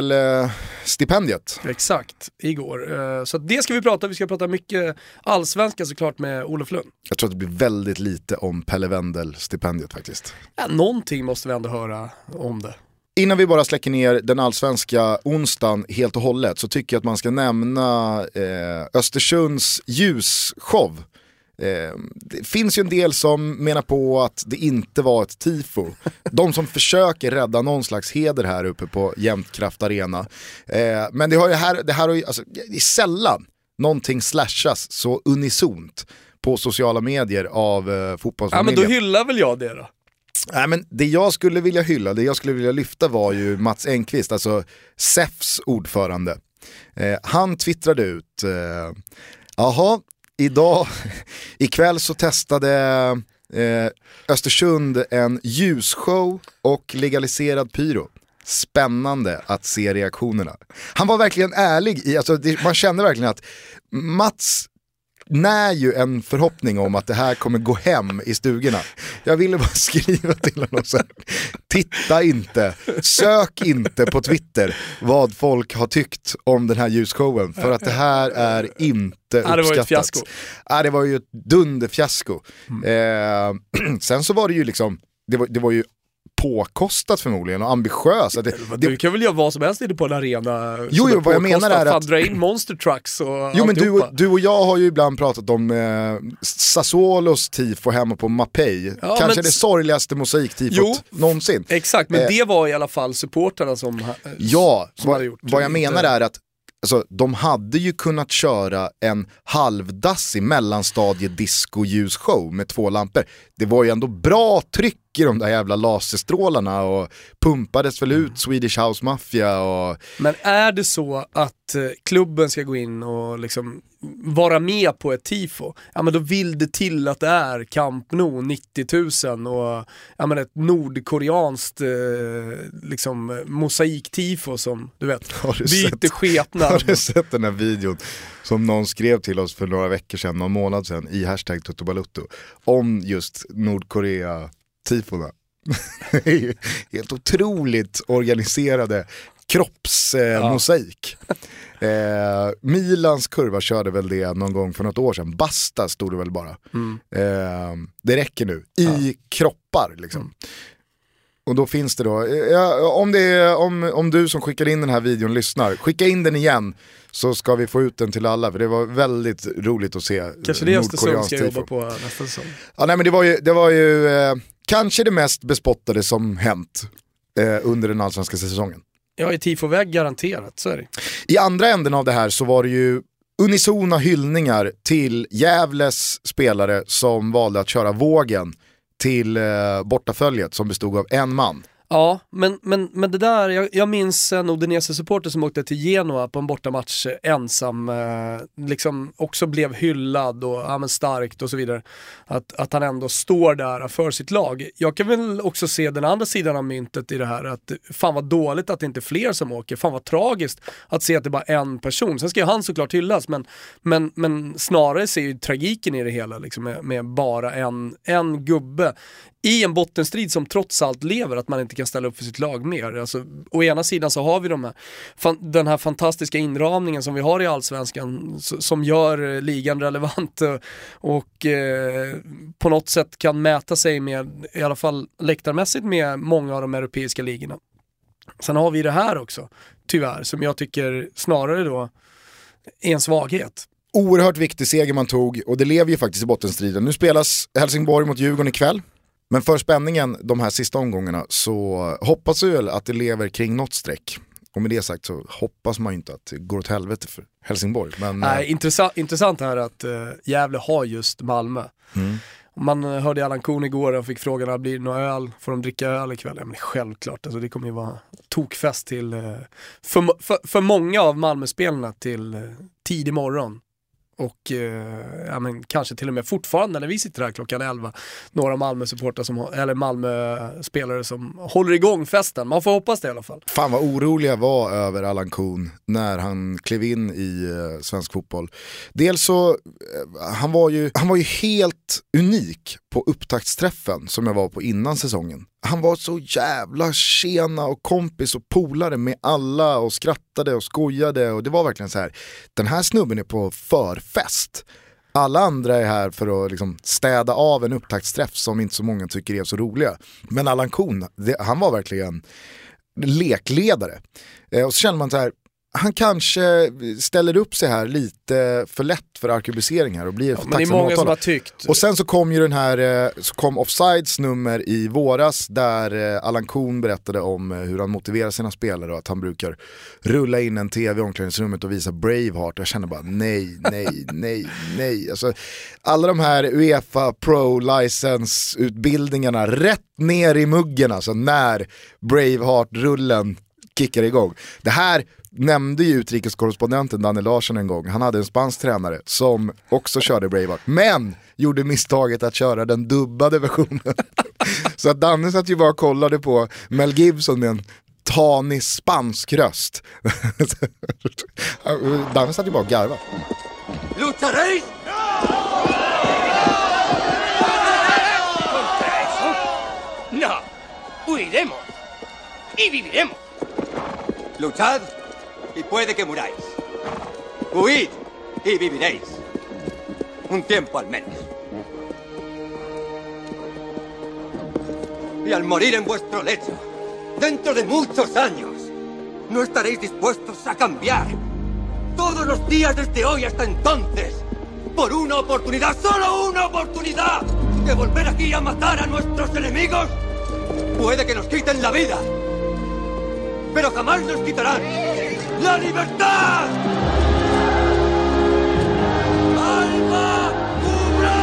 Wendel-stipendiet. Eh, Exakt, igår. Eh, så det ska vi prata, vi ska prata mycket allsvenska såklart med Olof Lund. Jag tror att det blir väldigt lite om Pelle Wendel-stipendiet faktiskt. Ja, någonting måste vi ändå höra om det. Innan vi bara släcker ner den allsvenska onsdagen helt och hållet så tycker jag att man ska nämna eh, Östersunds ljusshow. Eh, det finns ju en del som menar på att det inte var ett tifo. De som försöker rädda någon slags heder här uppe på Jämtkraft Arena. Eh, men det har ju här, det här har ju, alltså, det är sällan någonting slashas så unisont på sociala medier av eh, fotbollsfamiljen. Ja, men då hyllar väl jag det då? Nej, men det jag skulle vilja hylla, det jag skulle vilja lyfta var ju Mats Engqvist, alltså S E Fs ordförande. Eh, han twittrade ut, eh, jaha, idag, ikväll så testade eh, Östersund en ljusshow och legaliserad pyro. Spännande att se reaktionerna. Han var verkligen ärlig i, alltså det, man kände verkligen att Mats när ju en förhoppning om att det här kommer gå hem i stugorna. Jag ville bara skriva till honom så här: titta inte, sök inte på Twitter vad folk har tyckt om den här ljusshowen, för att det här är inte uppskattat. Ja, det var ett fiasko. Ja, det var ju ett dunderfiasko. Mm. Eh, sen så var det ju liksom, det var, det var ju påkostat förmodligen och ambitiös. Det, det, du kan väl göra vad som helst inne på en arena. Jo, jo vad jag menar är att dra in monster trucks och jo, men du, du och jag har ju ibland pratat om eh, Sassuolos tifo hemma på Mapei. Ja, kanske men... det sorgligaste mosaiktifot någonsin. Exakt, men eh, det var i alla fall supporterna som, ja, som vad, hade gjort. Vad jag menar är att alltså, de hade ju kunnat köra en halvdassig mellanstadie-disco-ljusshow med två lampor. Det var ju ändå bra tryck i de där jävla laserstrålarna och pumpades väl ut Swedish House Mafia. Och... Men är det så att eh, klubben ska gå in och liksom vara med på ett tifo, ja men då vill det till att det är Camp Nou nittio tusen och ja men ett nordkoreanskt eh, liksom mosaiktifo som du vet byter skepnad. Har du sett den här videon som någon skrev till oss för några veckor sedan, någon månad sedan i hashtag Tuttobalutto om just Nordkorea-tifona? Helt otroligt organiserade kroppsmosaik. Eh, ja. eh, Milans kurva körde väl det någon gång för något år sedan. Basta stod det väl bara. Mm. Eh, det räcker nu. I ja. kroppar liksom. Mm. Och då finns det då, ja, om, det är, om, om du som skickar in den här videon lyssnar, skicka in den igen så ska vi få ut den till alla, för det var väldigt roligt att se. Kanske det Östersund ska jobba på nästa säsong. Ja, nej, men det var ju, det var ju eh, kanske det mest bespottade som hänt eh, under den allsvenska säsongen. Ja, i tifoväg garanterat, så är det. I andra änden av det här så var det ju unisona hyllningar till Gävles spelare som valde att köra vågen till eh, bortaföljet som bestod av en man. Ja, men, men, men det där, jag, jag minns en Udinese-supporter som åkte till Genoa på en bortamatch ensam, eh, liksom också blev hyllad och ja, men starkt och så vidare. Att, att han ändå står där för sitt lag. Jag kan väl också se den andra sidan av myntet i det här, att fan vad dåligt att det inte är fler som åker, fan vad tragiskt att se att det är bara en person. Sen ska ju han såklart hyllas, men, men, men snarare ser ju tragiken i det hela liksom, med, med bara en, en gubbe i en bottenstrid som trots allt lever, att man inte kan ställa upp för sitt lag mer. Alltså, å ena sidan så har vi de här, fan, den här fantastiska inramningen som vi har i Allsvenskan som gör ligan relevant och eh, på något sätt kan mäta sig med, i alla fall läktarmässigt, med många av de europeiska ligorna. Sen har vi det här också, tyvärr, som jag tycker snarare då är en svaghet. Oerhört viktig seger man tog, och det lever ju faktiskt i bottenstriden. Nu spelas Helsingborg mot Djurgården ikväll. Men för spänningen de här sista omgångarna så hoppas vi väl att det lever kring något streck. Och med det sagt så hoppas man ju inte att det går åt helvete för Helsingborg. Men, Nej, intressant, intressant här att uh, Gävle har just Malmö. Mm. Man hörde Allan Kuhn igår och fick frågan, blir det någon öl? Får de dricka öl ikväll? Ja, men självklart, alltså, det kommer ju vara tokfest till, uh, för, för, för många av Malmö-spelarna till uh, tidig morgon. Och eh, ja, men kanske till och med fortfarande när vi sitter här klockan elva, några Malmö-supportrar som, eller Malmö-spelare som håller igång festen. Man får hoppas det i alla fall. Fan vad orolig jag var över Allan Kuhn när han klev in i eh, svensk fotboll. Dels så eh, han, var ju, han var ju helt unik på upptaktsträffen som jag var på innan säsongen. Han var så jävla tjena och kompis och polare med alla och skrattade och skojade, och det var verkligen så här, den här snubben är på förfest. Alla andra är här för att liksom städa av en upptaktsträff som inte så många tycker är så roliga. Men Allan Kuhn, det, han var verkligen lekledare. Eh, och så känner man så här, han kanske ställer upp sig här lite för lätt för arkebusering här och blir ja, för tacksam många som har tyckt. Och sen så kom ju den här, så kom Offsides nummer i våras där Allan Kuhn berättade om hur han motiverar sina spelare och att han brukar rulla in en tv i omklädningsrummet och visa Braveheart, och jag känner bara nej, nej, nej, nej. Alltså, alla de här UEFA Pro License utbildningarna rätt ner i muggen, alltså när Braveheart-rullen kickar igång. Det här nämnde ju utrikeskorrespondenten Danne Larsson en gång. Han hade en spansk tränare som också körde Braveheart, men gjorde misstaget att köra den dubbade versionen. Så att Danne satt ju bara och kollade på Mel Gibson med en tanig spansk röst. Danne satt ju bara och garva. ¡Lucharéis! ¡No! ¡Huiremos! ¡Y viviremos! ¡Luchad! Y puede que muráis. Huid y viviréis. Un tiempo al menos. Y al morir en vuestro lecho, dentro de muchos años, no estaréis dispuestos a cambiar todos los días desde hoy hasta entonces por una oportunidad, solo una oportunidad de volver aquí a matar a nuestros enemigos. Puede que nos quiten la vida, pero jamás nos quitarán la libertad. Alba Cobra!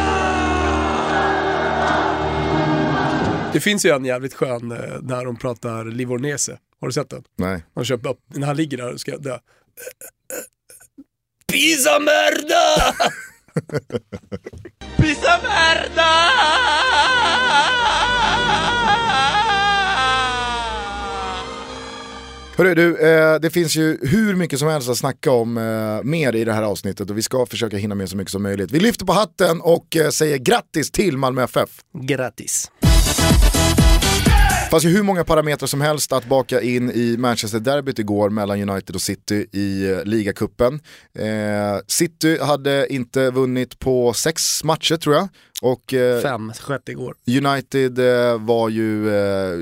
Det finns ju en jävligt skön när de pratar Livornese. Har du sett den? Nej. Han köper upp, när han ligger där och ska dö. Pisa merda! Pisa merda! Hörru du, eh, det finns ju hur mycket som helst att snacka om eh, mer i det här avsnittet och vi ska försöka hinna med så mycket som möjligt. Vi lyfter på hatten och eh, säger grattis till Malmö F F. Grattis. Det fanns ju hur många parametrar som helst att baka in i Manchester-derbyt igår mellan United och City i eh, ligacupen. Eh, City hade inte vunnit på sex matcher tror jag. Och, eh, Fem, sjätte igår. United eh, var ju... Eh,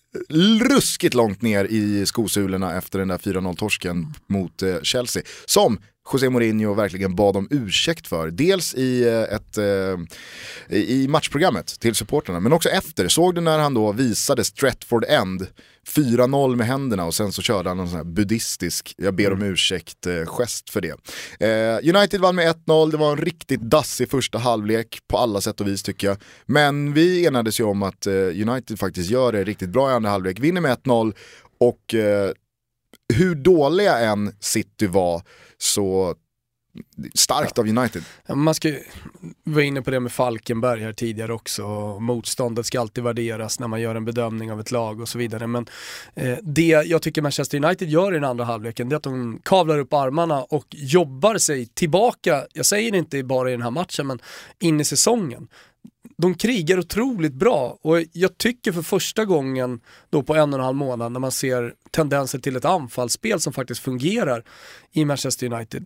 ruskigt långt ner i skosulorna efter den där fyra noll-torsken mot eh, Chelsea. Som José Mourinho verkligen bad om ursäkt för. Dels i, eh, ett, eh, i matchprogrammet till supporterna, men också efter. Såg du när han då visade Stretford End fyra noll med händerna och sen så körde han en sån här buddhistisk, jag ber om ursäkt, eh, gest för det. Eh, United vann med ett noll, det var en riktigt dassig första halvlek på alla sätt och vis tycker jag. Men vi enades ju om att eh, United faktiskt gör det riktigt bra i andra halvlek, vinner med ett noll och eh, hur dåliga än City var så starkt av United. Man ska vara inne på det med Falkenberg här tidigare också. Motståndet ska alltid värderas när man gör en bedömning av ett lag och så vidare. Men eh, det jag tycker Manchester United gör i den andra halvleken, det är att de kavlar upp armarna och jobbar sig tillbaka. Jag säger det inte bara i den här matchen, men in i säsongen. De krigar otroligt bra och jag tycker för första gången då på en och en halv månad när man ser tendenser till ett anfallsspel som faktiskt fungerar i Manchester United.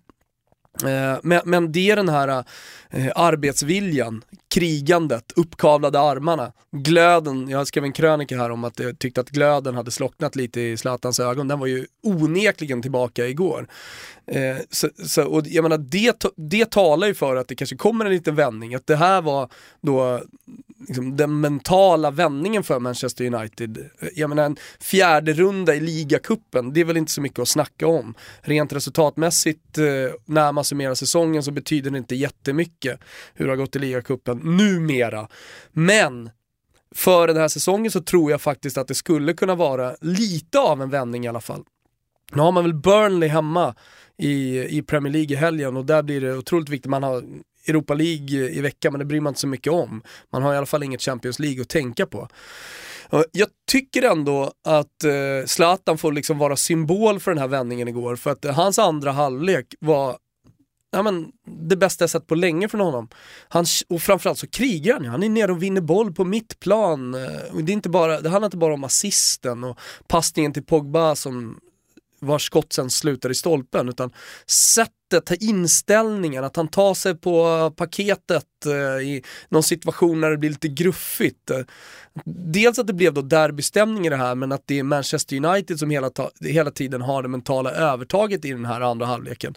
Men, men det är den här eh, arbetsviljan, krigandet, uppkavlade armarna, glöden. Jag skrev en krönika här om att jag tyckte att glöden hade slocknat lite i Zlatans ögon. Den var ju onekligen tillbaka igår. Eh, så, så, och jag menar, det, det talar ju för att det kanske kommer en liten vändning. Att det här var då liksom den mentala vändningen för Manchester United. Jag menar, en fjärde runda i ligacupen, det är väl inte så mycket att snacka om. Rent resultatmässigt eh, när man summerar säsongen så betyder det inte jättemycket hur det har gått i ligacupen numera. Men för den här säsongen så tror jag faktiskt att det skulle kunna vara lite av en vändning i alla fall. Nu har man väl Burnley hemma i, i Premier League i helgen och där blir det otroligt viktigt. Man har Europa League i veckan, men det bryr man inte så mycket om. Man har i alla fall inget Champions League att tänka på. Jag tycker ändå att eh, Zlatan får liksom vara symbol för den här vändningen igår, för att eh, hans andra halvlek var ja, men, det bästa jag sett på länge från honom. Han, och framförallt så krigar han. Han är nere och vinner boll på mittplan. Det, är inte bara, det handlar inte bara om assisten och passningen till Pogba som var skott sen slutar i stolpen, utan sättet, inställningen, att han tar sig på paketet eh, i någon situation när det blir lite gruffigt. Dels att det blev då derbystämning i det här, men att det är Manchester United som hela, ta- hela tiden har det mentala övertaget i den här andra halvleken.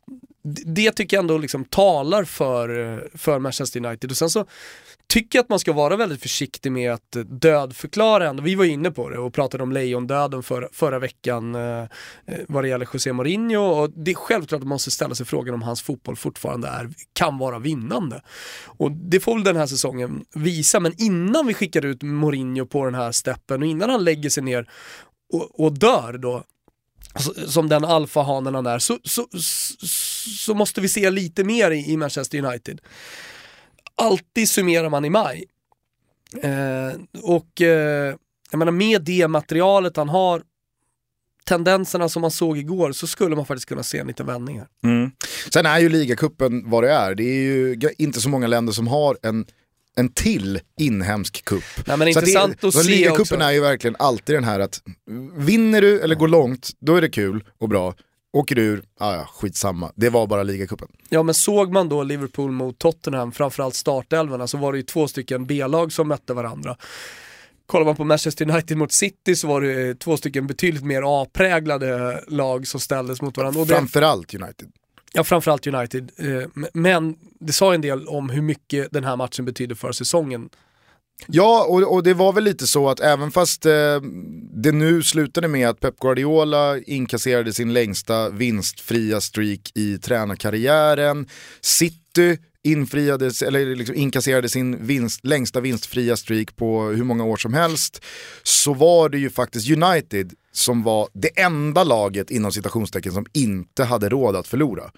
Det tycker jag ändå liksom talar för, för Manchester United. Och sen så tycker jag att man ska vara väldigt försiktig med att dödförklara ändå. Vi var inne på det och pratade om lejondöden för, förra veckan eh, vad det gäller José Mourinho. Och det är självklart att man måste ställa sig frågan om hans fotboll fortfarande är, kan vara vinnande. Och det får väl den här säsongen visa. Men innan vi skickar ut Mourinho på den här steppen och innan han lägger sig ner och, och dör då, som den alfahanen han är, så, så, så måste vi se lite mer i, i Manchester United. Alltid summerar man i maj. Eh, och eh, jag menar, med det materialet han har, tendenserna som man såg igår, så skulle man faktiskt kunna se en liten vändning här. Mm. Sen är ju ligacupen vad det är. Det är ju inte så många länder som har en en till inhemsk kupp. Nej, men intressant det, att se ligacupen är ju verkligen alltid den här att vinner du eller går långt, då är det kul och bra. Åker du ur, ah ja, skitsamma. Det var bara ligacupen. Ja, men såg man då Liverpool mot Tottenham, framförallt startelverna, så var det ju två stycken B-lag som mötte varandra. Kollar man på Manchester United mot City så var det två stycken betydligt mer A-präglade lag som ställdes mot varandra. Och det... Framförallt United. Ja, framförallt United. Men det sa en del om hur mycket den här matchen betyder för säsongen. Ja, och, och det var väl lite så att även fast eh, det nu slutade med att Pep Guardiola inkasserade sin längsta vinstfria streak i tränarkarriären, City infriades, eller liksom inkasserade sin vinst, längsta vinstfria streak på hur många år som helst, så var det ju faktiskt United som var det enda laget inom citationstecken som inte hade råd att förlora.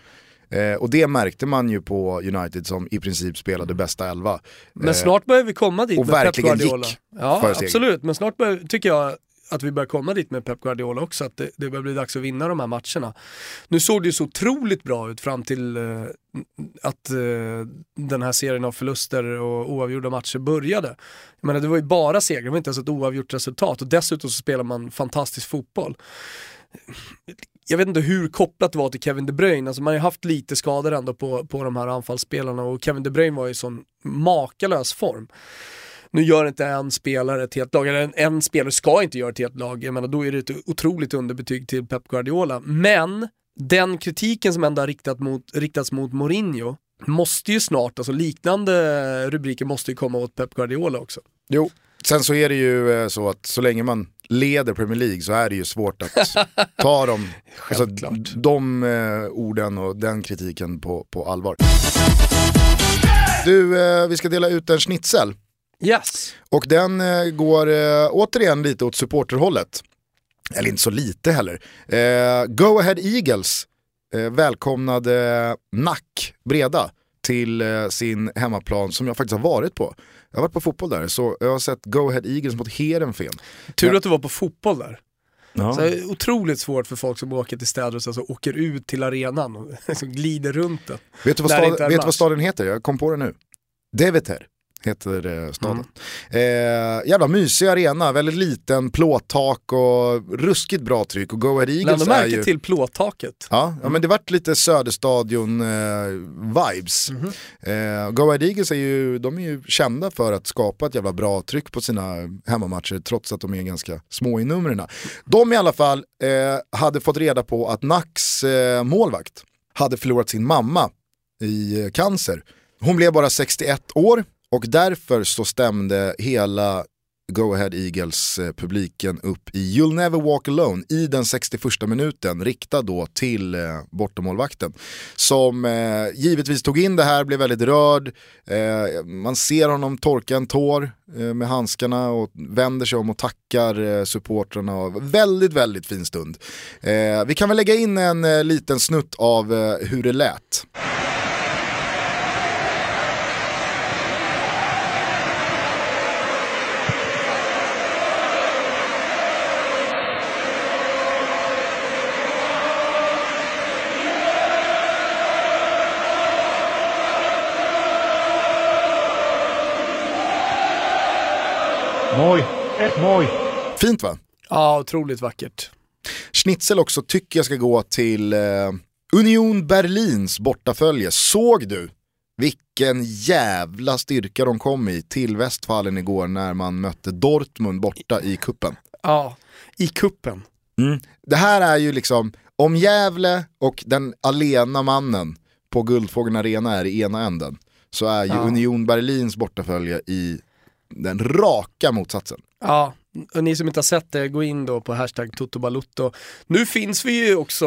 Eh, och det märkte man ju på United som i princip spelade bästa elva. Men eh, snart börjar vi komma dit och med Pep verkligen Guardiola. gick Ja, för steg. absolut. Men snart bör, tycker jag att vi börjar komma dit med Pep Guardiola också. Att det, det börjar bli dags att vinna de här matcherna. Nu såg det ju så otroligt bra ut fram till eh, att eh, den här serien av förluster och oavgjorda matcher började. Jag menar, det var ju bara seger, det var inte ens ett oavgjort resultat. Och dessutom så spelar man fantastisk fotboll. Jag vet inte hur kopplat det var till Kevin De Bruyne. Alltså man har ju haft lite skador ändå på, på de här anfallsspelarna. Och Kevin De Bruyne var ju i sån makalös form. Nu gör inte en spelare ett helt lag, eller en, en spelare ska inte göra ett helt lag. Jag menar, då är det ett otroligt underbetyg till Pep Guardiola. Men den kritiken som ändå har riktat mot, riktats mot Mourinho måste ju snart, alltså liknande rubriker måste ju komma åt Pep Guardiola också. Jo, sen så är det ju så att så länge man leder Premier League så är det ju svårt att ta dem, alltså, de eh, orden och den kritiken på, på allvar. Du, eh, vi ska dela ut en schnitzel. Yes. Och den eh, går eh, återigen lite åt supporterhållet. Eller inte så lite heller. Eh, Go Ahead Eagles eh, välkomnade Nack Breda till eh, sin hemmaplan som jag faktiskt har varit på. Jag har varit på fotboll där, så jag har sett Go Ahead Eagles mot Heerenveen. Tur att du var på fotboll där. Ja. Så det är otroligt svårt för folk som åker till städer och så alltså, åker ut till arenan och så glider runt den. Vet du vad, stad, vet vad staden heter? Jag kom på det nu. Deventer heter eh, staden. Mm. Eh, jävla mysig arena, väldigt liten, plåttak och ruskigt bra tryck. Och Go Ahead Eagles är ju... till plåttaket. Ja, mm. ja, men det vart lite Söderstadion-vibes. Eh, mm-hmm. eh, Go Ahead Eagles är ju, de är ju kända för att skapa ett jävla bra tryck på sina hemmamatcher trots att de är ganska små i numren. De i alla fall eh, hade fått reda på att Nacks eh, målvakt hade förlorat sin mamma i eh, cancer. Hon blev bara sextioett år. Och därför så stämde hela Go Ahead Eagles eh, publiken upp i You'll Never Walk Alone i den sextioförsta minuten, riktad då till eh, bortamålvakten. Som eh, givetvis tog in det här, blev väldigt rörd. Eh, man ser honom torka en tår eh, med handskarna och vänder sig om och tackar eh, supportrarna. Väldigt, väldigt fin stund. Eh, vi kan väl lägga in en eh, liten snutt av eh, hur det lät. Moj, ett moj. Fint va? Ja, otroligt vackert. Schnitzel också tycker jag ska gå till eh, Union Berlins bortafölje. Såg du vilken jävla styrka de kom i till Westfalen igår när man mötte Dortmund borta i kuppen? Ja, i kuppen. Mm. Det här är ju liksom, om Gävle och den alena mannen på Guldfågeln Arena är i ena änden, så är ju ja. Union Berlins bortafölje i den raka motsatsen. Ja, och ni som inte har sett det, gå in då på hashtag Totobalutto. Nu finns vi ju också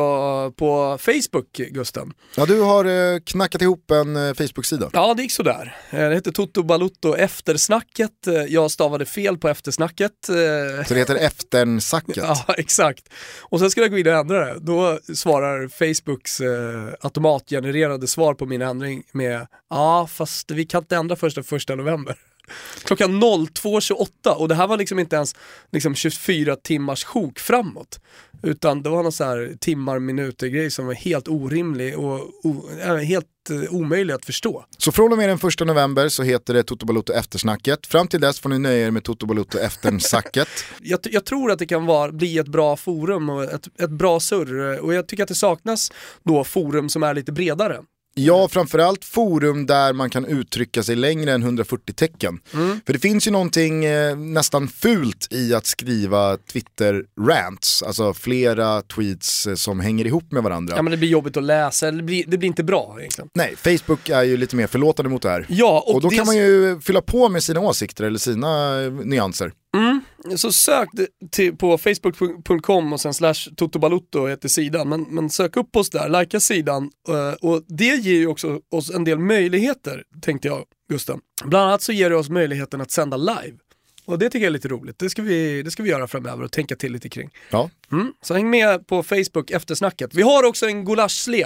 på Facebook, Gusten. Ja, du har eh, knackat ihop en eh, Facebook-sida. Ja, det gick så där. Det heter Totobalutto Eftersnacket. Jag stavade fel på eftersnacket. Så det heter Eftersacket? Ja, exakt. Och sen ska jag gå in och ändra det. Då svarar Facebooks eh, automatgenererade svar på min ändring med ja, fast vi kan inte ändra första första november. Klockan två tjugoåtta, och det här var liksom inte ens liksom tjugofyra timmars sjok framåt, utan det var någon så här timmar, minuter grej som var helt orimlig och o, helt uh, omöjlig att förstå. Så från och med den första november så heter det Totobalutto Eftersnacket. Fram till dess får ni nöja er med Totobalutto Eftersacket. jag, jag tror att det kan vara, bli ett bra forum och ett, ett bra surr, och jag tycker att det saknas då forum som är lite bredare. Ja, framförallt forum där man kan uttrycka sig längre än hundrafyrtio tecken. Mm. För det finns ju någonting eh, nästan fult i att skriva Twitter-rants, alltså flera tweets eh, som hänger ihop med varandra. Ja, men det blir jobbigt att läsa, det blir, det blir inte bra egentligen. Nej, Facebook är ju lite mer förlåtande mot det här. Ja, och, och då det... kan man ju fylla på med sina åsikter eller sina eh, nyanser. Mm. Så sök till, på facebook punkt com och sen slash Totobalutto heter sidan, men, men sök upp oss där, likea sidan, och det ger ju också oss en del möjligheter, tänkte jag, Gusten. Bland annat så ger det oss möjligheten att sända live, och det tycker jag är lite roligt. Det ska vi, det ska vi göra framöver och tänka till lite kring. Ja. Mm. Så häng med på Facebook Eftersnacket. Vi har också en gulaschslev.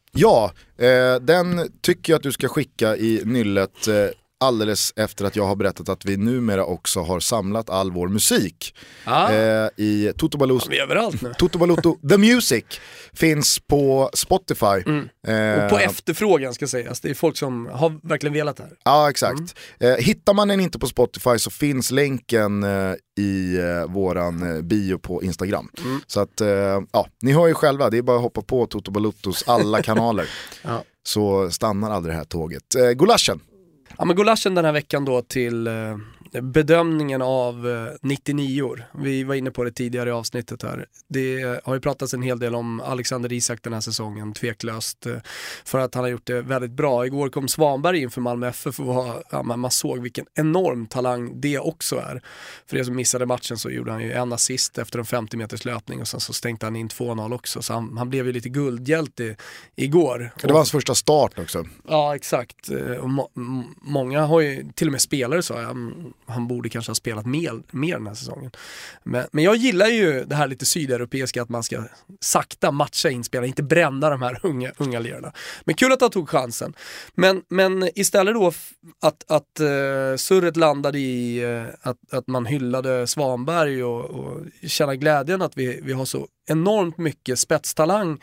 Ja, eh, den tycker jag att du ska skicka i nyllet eh, alldeles efter att jag har berättat att vi numera också har samlat all vår musik ah. eh, i Toto Balotto. Ja, vi är överallt nu. Toto Balotto The Music finns på Spotify. Mm. Eh, och på efterfrågan ska sägas. Det är folk som har verkligen velat det här. Ja, exakt. Mm. Eh, hittar man den inte på Spotify så finns länken eh, i eh, våran eh, bio på Instagram. Mm. Så att, eh, ja, ni hör ju själva, det är bara att hoppa på Toto Balottos alla kanaler. Ja. Så stannar aldrig det här tåget. Eh, Gulaschen. Ja, men Gulaschen den här veckan då till eh, bedömningen av eh, nittionio. Vi var inne på det tidigare i avsnittet här. Det har ju pratats en hel del om Alexander Isak den här säsongen, tveklöst, eh, för att han har gjort det väldigt bra. Igår kom Svanberg in för Malmö F F och var, ja, man såg vilken enorm talang det också är. För det som missade matchen så gjorde han ju en assist efter en femtio meters löpning och sen så stängde han in två noll också. Så han, han blev ju lite guldhjälte igår. Det var hans första start också. Ja, exakt. Och må, många har ju, till och med spelare sa jag, han borde kanske ha spelat mer, mer den här säsongen. Men, men jag gillar ju det här lite sydeuropeiska, att man ska sakta matcha inspelare, inte bränna de här unga, unga lirarna. Men kul att han tog chansen. Men, men istället då att, att uh, surret landade i uh, att, att man hyllade Svanberg och, och känna glädjen att vi, vi har så enormt mycket spetstalang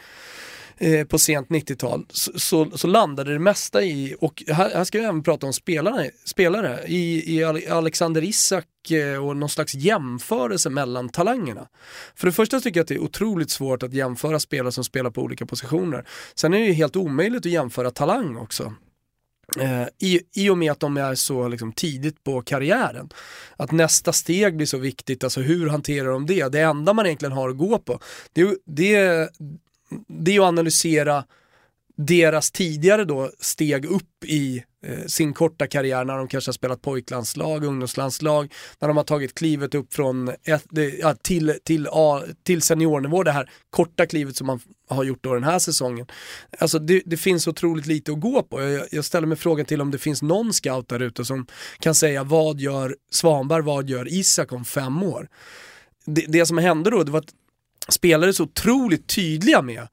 på sent nittiotal så, så, så landade det mesta i, och här, här ska jag även prata om spelarna, spelare i, i Alexander Isak och någon slags jämförelse mellan talangerna. För det första tycker jag att det är otroligt svårt att jämföra spelare som spelar på olika positioner. Sen är det ju helt omöjligt att jämföra talang också. Eh, i, I och med att de är så liksom, tidigt på karriären, att nästa steg blir så viktigt, alltså hur hanterar de det? Det enda man egentligen har att gå på det, det det är att analysera deras tidigare då steg upp i eh, sin korta karriär, när de kanske har spelat pojklandslag, ungdomslandslag, när de har tagit klivet upp från ett, ja, till, till, a, till seniornivå, det här korta klivet som man har gjort då den här säsongen. Alltså det, det finns otroligt lite att gå på. Jag, jag ställer mig frågan till om det finns någon scout där ute som kan säga vad gör Svanberg, vad gör Isak om fem år. Det, det som hände då, det var att spelare så otroligt tydliga med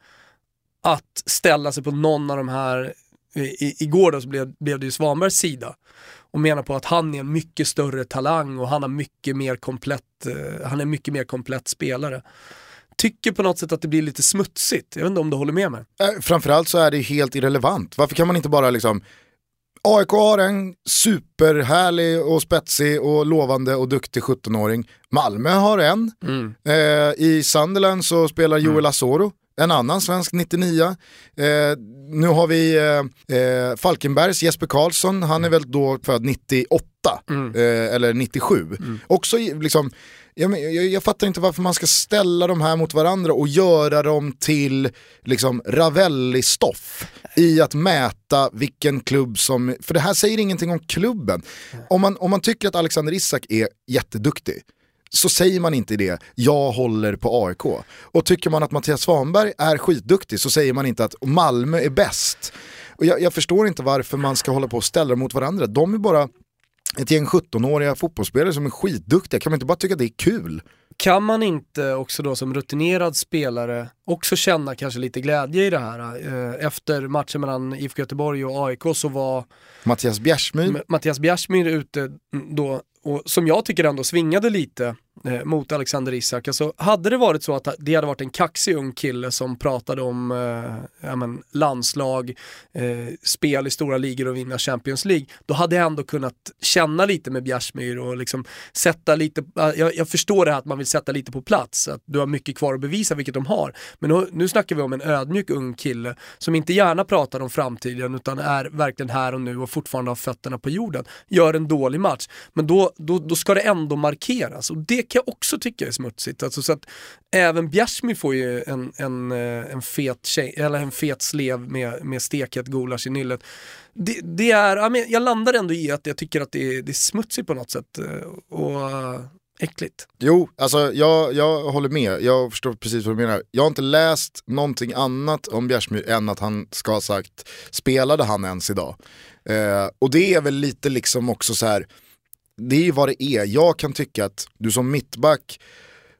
att ställa sig på någon av de här. I, igår då så blev, blev det ju Svanbergs sida och menar på att han är en mycket större talang och han har mycket mer komplett, uh, han är mycket mer komplett spelare. Tycker på något sätt att det blir lite smutsigt. Jag vet inte om du håller med mig. Äh, framförallt så är det helt irrelevant. Varför kan man inte bara liksom, A I K har en superhärlig och spetsig och lovande och duktig sjuttonåring. Malmö har en. Mm. Eh, I Sunderland så spelar Joel mm. Asoro, en annan svensk nittionio. Eh, nu har vi eh, Falkenbergs Jesper Karlsson. Han är väl då född nittioåtta mm. eh, eller nittiosju. Mm. Också liksom, jag, jag, jag fattar inte varför man ska ställa de här mot varandra och göra dem till liksom Ravelli-stoff i att mäta vilken klubb som, för det här säger ingenting om klubben. Om man, om man tycker att Alexander Isak är jätteduktig så säger man inte det, jag håller på A I K. Och tycker man att Mattias Svanberg är skitduktig så säger man inte att Malmö är bäst. Och jag, jag förstår inte varför man ska hålla på och ställa dem mot varandra. De är bara ett gäng sjuttonåriga fotbollsspelare som är skitduktiga. Kan man inte bara tycka att det är kul? Kan man inte också då som rutinerad spelare också känna kanske lite glädje i det här? Efter matchen mellan I F K Göteborg och A I K så var Mattias Bjärsmyr Mattias Bjärsmyr ute då, och som jag tycker ändå svingade lite eh, mot Alexander Isak. Alltså, hade det varit så att det hade varit en kaxig ung kille som pratade om eh, ja, men, landslag, eh, spel i stora ligor och vinna Champions League, då hade jag ändå kunnat känna lite med Bjärsmyr och liksom sätta lite, jag, jag förstår det här att man vill sätta lite på plats, att du har mycket kvar att bevisa, vilket de har. Men nu, nu snackar vi om en ödmjuk ung kille som inte gärna pratar om framtiden utan är verkligen här och nu och fortfarande har fötterna på jorden. Gör en dålig match. Men då Då, då ska det ändå markeras, och det kan jag också tycka är smutsigt, alltså, så att även Bjärsmyr får ju en, en, en, fet, tjej, eller en fet slev med, med steket gulasch i nyllet. Det, det är, jag landar ändå i att jag tycker att det är, det är smutsigt på något sätt och äckligt. Jo, alltså jag, jag håller med, jag förstår precis vad du menar. Jag har inte läst någonting annat om Bjärsmyr än att han ska ha sagt, spelade han ens idag? Eh, och det är väl lite liksom också så här, det är ju vad det är. Jag kan tycka att du som mittback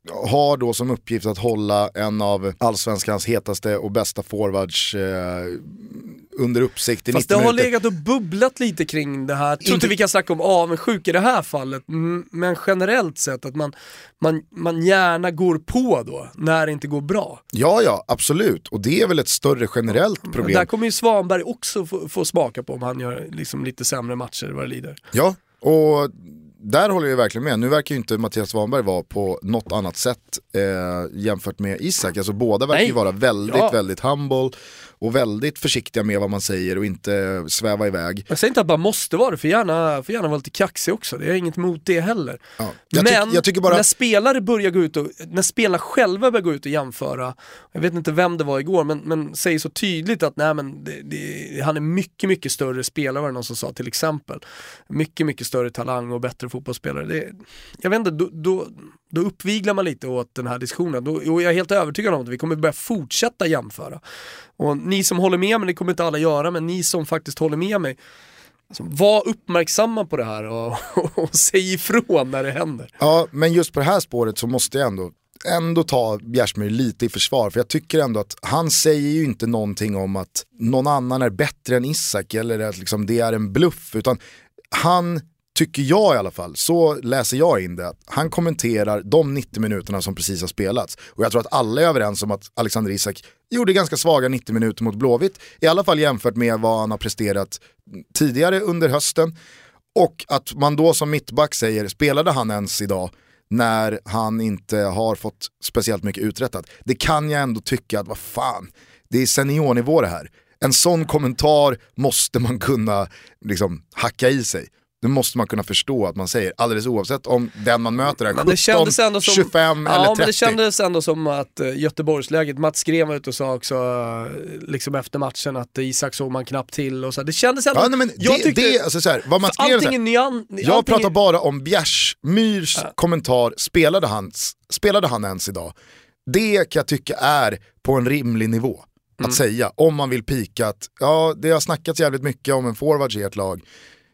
har då som uppgift att hålla en av allsvenskans hetaste och bästa forwards eh, under uppsikt i Fast nittio det har minuter. legat och bubblat lite kring det här. Jag tror inte vi kan snacka om avundsjuk i det här fallet, men generellt sett att man, man, man gärna går på då när det inte går bra. Ja, ja, absolut. Och det är väl ett större generellt problem. Där kommer ju Svanberg också få, få smaka på om han gör liksom lite sämre matcher vad det lider. Ja, och där håller jag verkligen med. Nu verkar ju inte Mattias Svanberg vara på något annat sätt eh, jämfört med Isak. Alltså båda verkar Nej. ju vara väldigt, Ja. väldigt humble och väldigt försiktiga med vad man säger och inte sväva iväg. Jag säger inte att man måste vara det, för gärna, för gärna vara lite kaxig också. Det är inget emot det heller. Ja. Jag Men tyck, jag tycker bara... när spelare börjar gå ut och, när spelare själva börjar gå ut och jämföra, jag vet inte vem det var igår, men, men säger så tydligt att nej, men det, det, han är mycket, mycket större spelare, var det någon som sa till exempel. Mycket, mycket större talang och bättre fotbollsspelare. Det, jag vet inte, då, då, då uppviglar man lite åt den här diskussionen. Då, och jag är helt övertygad om att vi kommer börja fortsätta jämföra. Och ni som håller med mig, det kommer inte alla göra, men ni som faktiskt håller med mig, alltså, var uppmärksamma på det här och, och säg ifrån när det händer. Ja, men just på det här spåret så måste jag ändå, ändå ta Bjärsmyr lite i försvar. För jag tycker ändå att han säger ju inte någonting om att någon annan är bättre än Isak eller att liksom det är en bluff. Utan han, tycker jag i alla fall, så läser jag in det, att han kommenterar de nittio minuterna som precis har spelats. Och jag tror att alla är överens om att Alexander Isak gjorde ganska svaga nittio minuter mot Blåvitt, i alla fall jämfört med vad han har presterat tidigare under hösten. Och att man då som mittback säger, spelade han ens idag när han inte har fått speciellt mycket uträttat? Det kan jag ändå tycka att, vad fan, det är seniornivå det här. En sån kommentar måste man kunna liksom hacka i sig. Det måste man kunna förstå att man säger, alldeles oavsett om den man möter är sjutton, tjugofem ja, eller trettio. Men det kändes ändå som att uh, Göteborgsläget, Mats Gren var ute och sa också uh, liksom efter matchen att uh, Isak såg man knappt till och så. Det kändes ändå... Ja, nej, men jag det, tyckte, det, alltså, så här, vad Mats Gren, så här, nyan, jag antingen... pratar bara om Bjärsmyrs Ja. kommentar, spelade, hans, spelade han ens idag? Det kan jag tycka är på en rimlig nivå att Mm. säga, om man vill pika att ja, det har snackats jävligt mycket om en forwards i ett lag.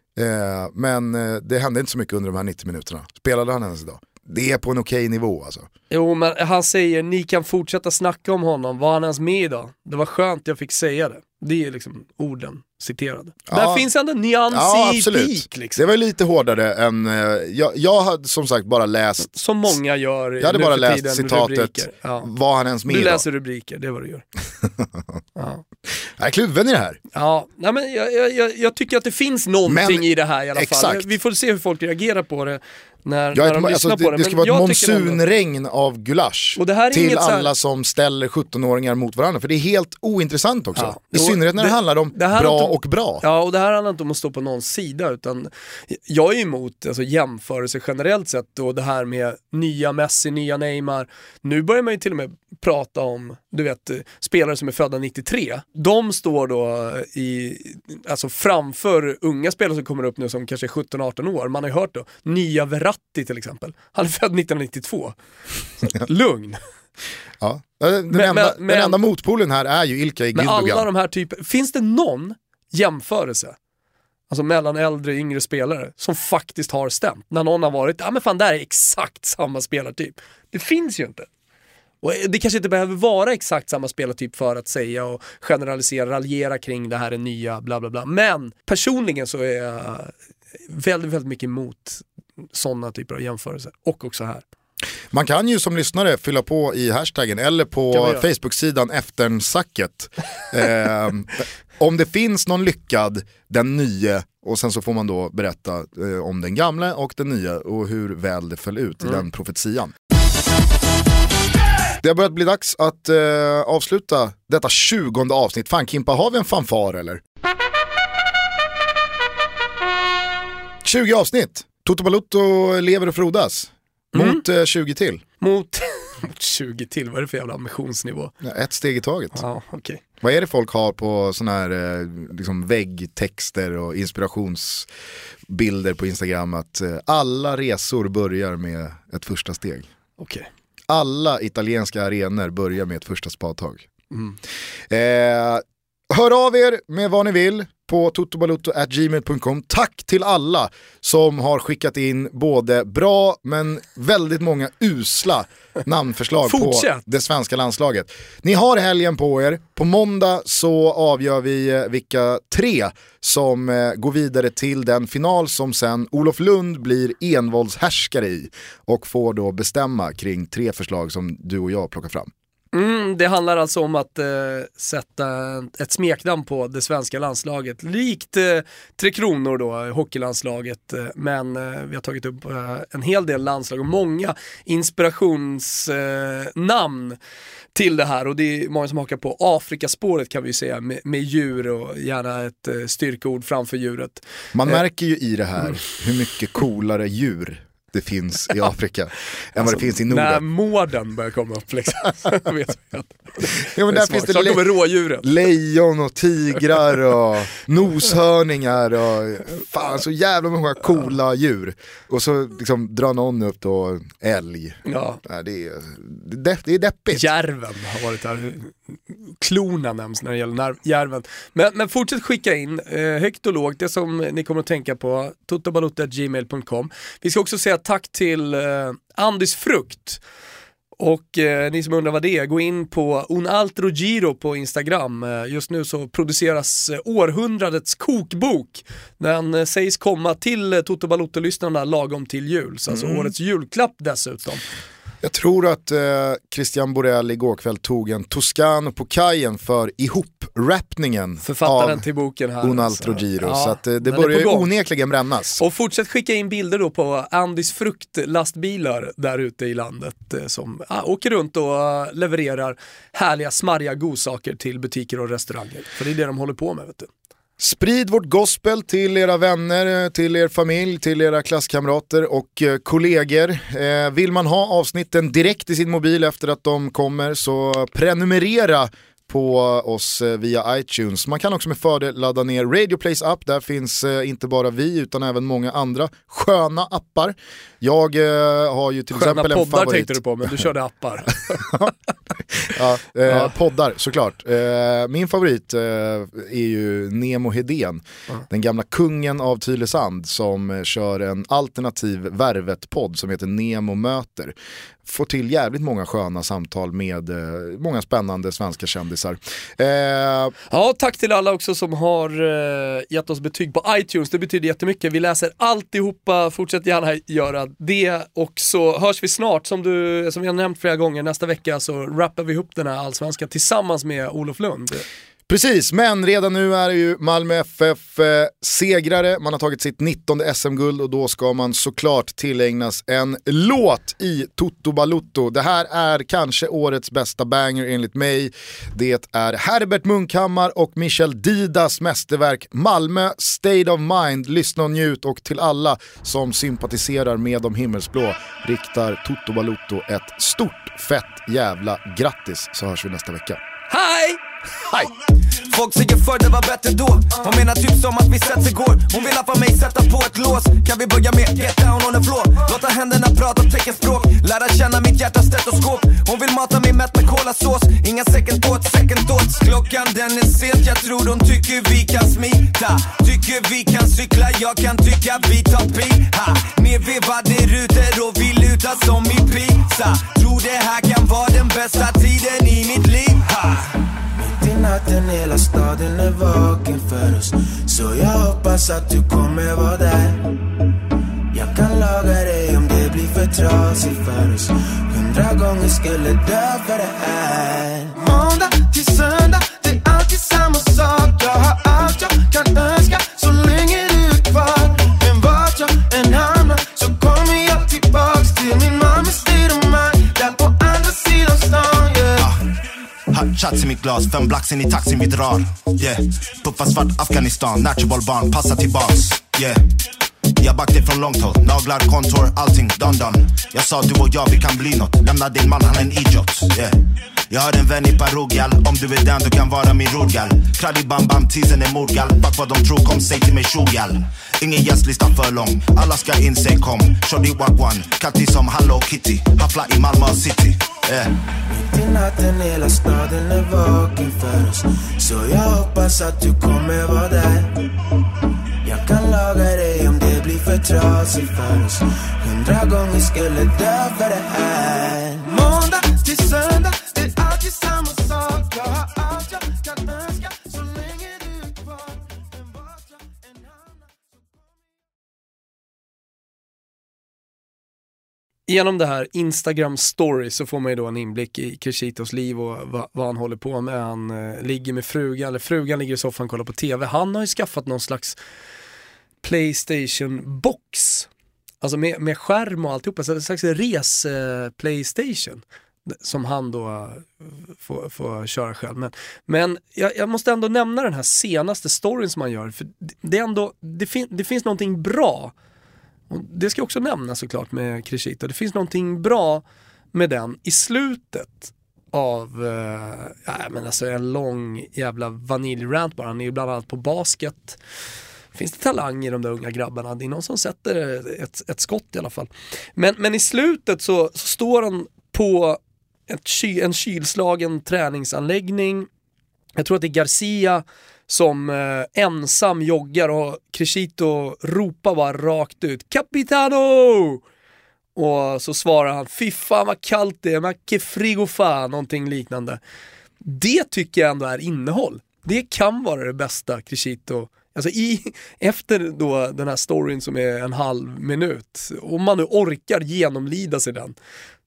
Eh, men eh, det hände inte så mycket under de här nittio minuterna. Spelade han ens idag? Det är på en okej nivå alltså. Jo, men han säger, ni kan fortsätta snacka om honom. Var han ens med idag? Det var skönt jag fick säga det. Det är liksom orden citerade. Ja. Där finns ändå en nyans Ja, i absolut. pik liksom. Det var lite hårdare än, eh, jag, jag hade som sagt bara läst, Som många gör jag hade nu bara för läst tiden, citatet, rubriker. Ja. var han ens med Du idag? läser rubriker, det är vad du gör. Ja. Jag är kluven i det här. Ja, nej men jag, jag, jag tycker att det finns någonting Men, i det här i alla fall. exakt. Vi får se hur folk reagerar på det när, Jag när vet, de alltså, lyssnar det, på det. det ska Men vara ett jag tycker ändå- monsunregn av gulasch Och det här är till inget så här- alla som ställer sjuttonåringar mot varandra. För det är helt ointressant också. Ja. I Och synnerhet när det, det- handlar om det här bra handlar om- och bra. Ja, och det här handlar inte om att stå på någons sida, utan jag är emot alltså, jämförelse generellt sett och det här med nya Messi, nya Neymar. Nu börjar man ju till och med prata om, du vet, spelare som är födda nittiotre. De står då i, alltså framför unga spelare som kommer upp nu som kanske är sjutton arton år. Man har ju hört då, nya Verratti till exempel. Han är född nittonhundranittiotvå. Lugn. Ja. Den, Men- enda, men- den enda motpolen här är ju Ilkay Men alla Gündogan. de här typerna, finns det någon jämförelse, alltså mellan äldre och yngre spelare, som faktiskt har stämt? När någon har varit, ja men fan, där är exakt samma spelartyp. Det finns ju inte. Och det kanske inte behöver vara exakt samma spelartyp för att säga och generalisera, raljera kring det här är nya, bla bla bla. Men personligen så är jag väldigt, väldigt mycket emot sådana typer av jämförelser. Och också här. Man kan ju som lyssnare fylla på i hashtaggen eller Kan på man göra. Facebook-sidan Eftersacket. eh, om det finns någon lyckad, den nya, och sen så får man då berätta eh, om den gamla och den nya och hur väl det föll ut Mm. i den profetian. Det har börjat bli dags att eh, avsluta detta tjugonde avsnitt. Fan Kimpa, har vi en fanfar eller? tjugo avsnitt. Toto Balotto lever och frodas. Mm. Mot eh, tjugo till. Mot, mot tjugo till, vad är det för jävla ambitionsnivå? Ja, ett steg i taget. Ja, okej. Vad är det folk har på såna här eh, liksom väggtexter och inspirationsbilder på Instagram? Att eh, alla resor börjar med ett första steg. Okej. Alla italienska arenor börjar med ett första spadtag. Mm. Eh, hör av er med vad ni vill. på totobalutto at gmail dot com. Tack till alla som har skickat in både bra men väldigt många usla namnförslag på det svenska landslaget. Ni har helgen på er. På måndag så avgör vi vilka tre som eh, går vidare till den final som sen Olof Lund blir envåldshärskare i och får då bestämma kring tre förslag som du och jag plockar fram. Mm, det handlar alltså om att eh, sätta ett smeknamn på det svenska landslaget. Likt eh, Tre Kronor då, hockeylandslaget. Eh, men eh, vi har tagit upp eh, en hel del landslag och många inspirationsnamn eh, till det här. Och det är många som hakar på Afrikaspåret kan vi säga. Med, med djur och gärna ett eh, styrkeord framför djuret. Man eh, märker ju i det här hur mycket coolare djur det finns i Afrika än alltså, vad det finns i Norden. När mården börjar komma upp liksom. vet jag. Ja, men där finns det le- rådjuren. lejon och tigrar och noshörningar och fan så jävla många coola djur. Och så liksom drar någon upp då älg. Ja. Ja, det, är, det, det är deppigt. Järven har varit där. Klona nämns när det gäller när- järven. Men, men fortsätt skicka in eh, högt och lågt det som ni kommer att tänka på totobalutto at gmail dot com. Vi ska också säga tack till eh, Andis Frukt. Och eh, ni som undrar vad det är, gå in på Un Altro Giro på Instagram. Eh, just nu så produceras eh, århundradets kokbok. Den eh, sägs komma till eh, Toto Balotto-lyssnarna lagom till jul. Så alltså Mm. årets julklapp dessutom. Jag tror att eh, Christian Borrell igår kväll tog en Toscano på kajen för ihop-rappningen Författaren av till boken här. Un Altro Giro. Ja, så att, eh, det den är börjar på ju gång. onekligen brännas. Och fortsätt skicka in bilder då på Andis fruktlastbilar där ute i landet eh, som ah, åker runt och uh, levererar härliga, smarriga godsaker till butiker och restauranger. För det är det de håller på med, vet du. Sprid vårt gospel till era vänner, till er familj, till era klasskamrater och eh, kollegor. Eh, vill man ha avsnitten direkt i sin mobil efter att de kommer så prenumerera på oss eh, via iTunes. Man kan också med fördel ladda ner Radio Plays app. Där finns eh, inte bara vi utan även många andra sköna appar. Jag eh, har ju till Sköna exempel en poddar favorit. tänkte du på, men du körde appar. ja, eh, Ja. Poddar såklart. Eh, min favorit eh, är ju Nemo Hedén. Mm. Den gamla kungen av Tylösand som eh, kör en alternativ Värvet-podd som heter Nemo möter. Får till jävligt många sköna samtal med eh, många spännande svenska kändisar. Eh, Ja, tack till alla också som har uh, gett oss betyg på iTunes. Det betyder jättemycket. Vi läser alltihopa. Fortsätt gärna göra det. Och så hörs vi snart. Som, du, som vi har nämnt flera gånger. Nästa vecka så rappar vi ihop den här allsvenska tillsammans med Olof Lund. Precis, men redan nu är ju Malmö F F eh, segrare. Man har tagit sitt nittonde S M-guld och då ska man såklart tillägnas en låt i Toto Balutto. Det här är kanske årets bästa banger enligt mig. Det är Herbert Munkhammar och Michel Didas mästerverk Malmö State of Mind. Lyssna och njut, och till alla som sympatiserar med de himmelsblå riktar Toto Balutto ett stort fett jävla grattis, så hörs vi nästa vecka. Hej! Hej! Folk säger förr det var bättre då. Hon menar typ som att vi sätts igår. Hon vill för mig sätta på ett lås. Kan vi börja med get down on the floor? Låta händerna prata teckenspråk. Lära känna mitt hjärtas stetoskop. Hon vill mata mig mätt med kolasås. Inga second thoughts, second thoughts. Klockan den är sent, jag tror de tycker vi kan smita. Tycker vi kan cykla, jag kan tycka vi tar piha. Nedvevade rutor och vi lutar som i pizza. Tror det här kan vara den bästa tiden i mitt liv, ha. I natten hela staden är vaken för oss, så jag hoppas att du kommer vara där. Jag kan laga dig om det blir för trasigt för oss. Hundra gånger skulle dö för det här. Måndag till söndag, det är alltid samma sak. Jag har allt jag kan önska så länge du är kvar. Men vart jag än hamnar så kommer jag tillbaks till min mamma state of mind. Där på andra sidan stan, yeah. Hot shots i mitt glas, fem blacksen i taxin vi drar. Yeah, puffa svart Afghanistan, natural barn, passa tillbaks. Yeah, jag backade från långt håll, naglar, kontor, allting, done done. Jag sa du och jag, vi kan bli något. Lämna din man, han är en idiot. Yeah, jag har en vän i Parugal. Om du är den, du kan vara min rodgal. Krallig bam bam, tisen är mordgal. Fuck vad de tror, kom säg till mig tjogal. Ingen gästlista för lång, alla ska in sig kom. Shorty wagwan, Katti som Hello Kitty. Haffla i Malmö City. Yeah. i natten, hela staden är vaken för oss. Så jag hoppas att du kommer vara där. Jag kan laga dig om det blir för trasigt för oss. Hundra gånger skulle dö för det här. Måndag till söndag, det är alltid samma sak. Jag har allt jag kan önska så länge du är kvar. Men vart jag än hamnar. Genom det här Instagram story så får man ju då en inblick i Crescitos liv och va, vad han håller på med. Han eh, ligger med frugan, eller frugan ligger i soffan och kollar på tv. Han har ju skaffat någon slags PlayStation-box. Alltså med, med skärm och alltihopa. Så det är en slags res-Playstation. Eh, som han då uh, får, får köra själv. Men, men jag, jag måste ändå nämna den här senaste storyn som han gör. För det, är ändå, det, fin, det finns någonting bra. Och det ska jag också nämna såklart med Crescito. Det finns någonting bra med den i slutet av uh, ja, men alltså en lång jävla vaniljrant bara. Han är ju bland annat på basket. Finns det talang i de där unga grabbarna? Det är någon som sätter ett, ett skott i alla fall. Men, men i slutet så, så står han på ett ky, en kylslagen träningsanläggning. Jag tror att det är Garcia som eh, ensam joggar och Crescito ropar bara rakt ut Capitano! Och så svarar han fy fan vad kallt det är, ma che frigo fa, någonting liknande. Det tycker jag ändå är innehåll. Det kan vara det bästa Crescito. Alltså i, efter då den här storyn som är en halv minut, om man nu orkar genomlida sig den,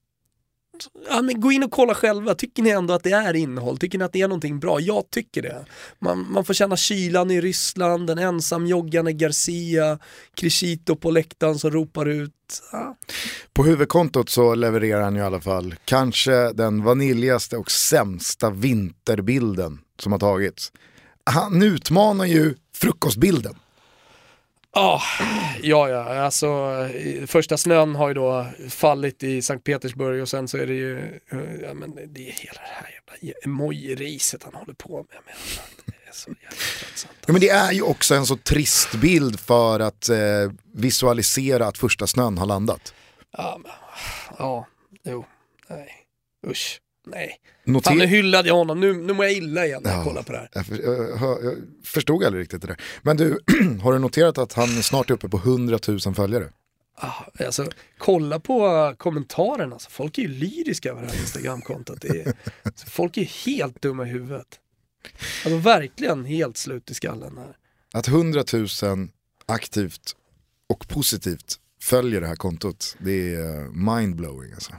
ja, men gå in och kolla själva. Tycker ni ändå att det är innehåll? Tycker ni att det är någonting bra? Jag tycker det. Man, man får känna kylan i Ryssland, den ensam joggande Garcia, Crescito på läktaren som ropar ut. Ja. På huvudkontot så levererar han i alla fall kanske den vaniljaste och sämsta vinterbilden som har tagits. Han utmanar ju frukostbilden. Oh, ja, ja, alltså första snön har ju då fallit i Sankt Petersburg och sen så är det ju, ja men det är hela det här jävla emoji-riset han håller på med. med. Det är så jävla tröttsamt. Ja, men det är ju också en så trist bild för att eh, visualisera att första snön har landat. Ja, men, ja, jo, nej, usch. Nej, Noter- fan nu hyllade jag honom, nu, nu mår jag illa igen när jag ja, kollar på det här. Jag, för, jag, jag förstod aldrig riktigt det där. Men du, har du noterat att han är snart uppe på hundratusen följare? Ah, alltså, kolla på kommentarerna, alltså, folk är ju lyriska över det här Instagram-kontot. Det är, alltså, folk är helt dumma i huvudet. Alltså verkligen helt slut i skallen här. Att hundratusen aktivt och positivt följer det här kontot, det är mindblowing alltså.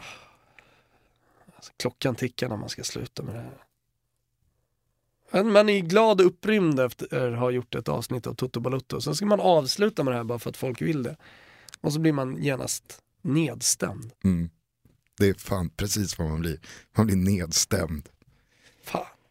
Klockan tickar när man ska sluta med det här. Man är glad och upprymd efter att ha gjort ett avsnitt av Toto Balotto. Sen ska man avsluta med det här bara för att folk vill det. Och så blir man genast nedstämd. Mm. Det är fan precis vad man blir. Man blir nedstämd. Fan.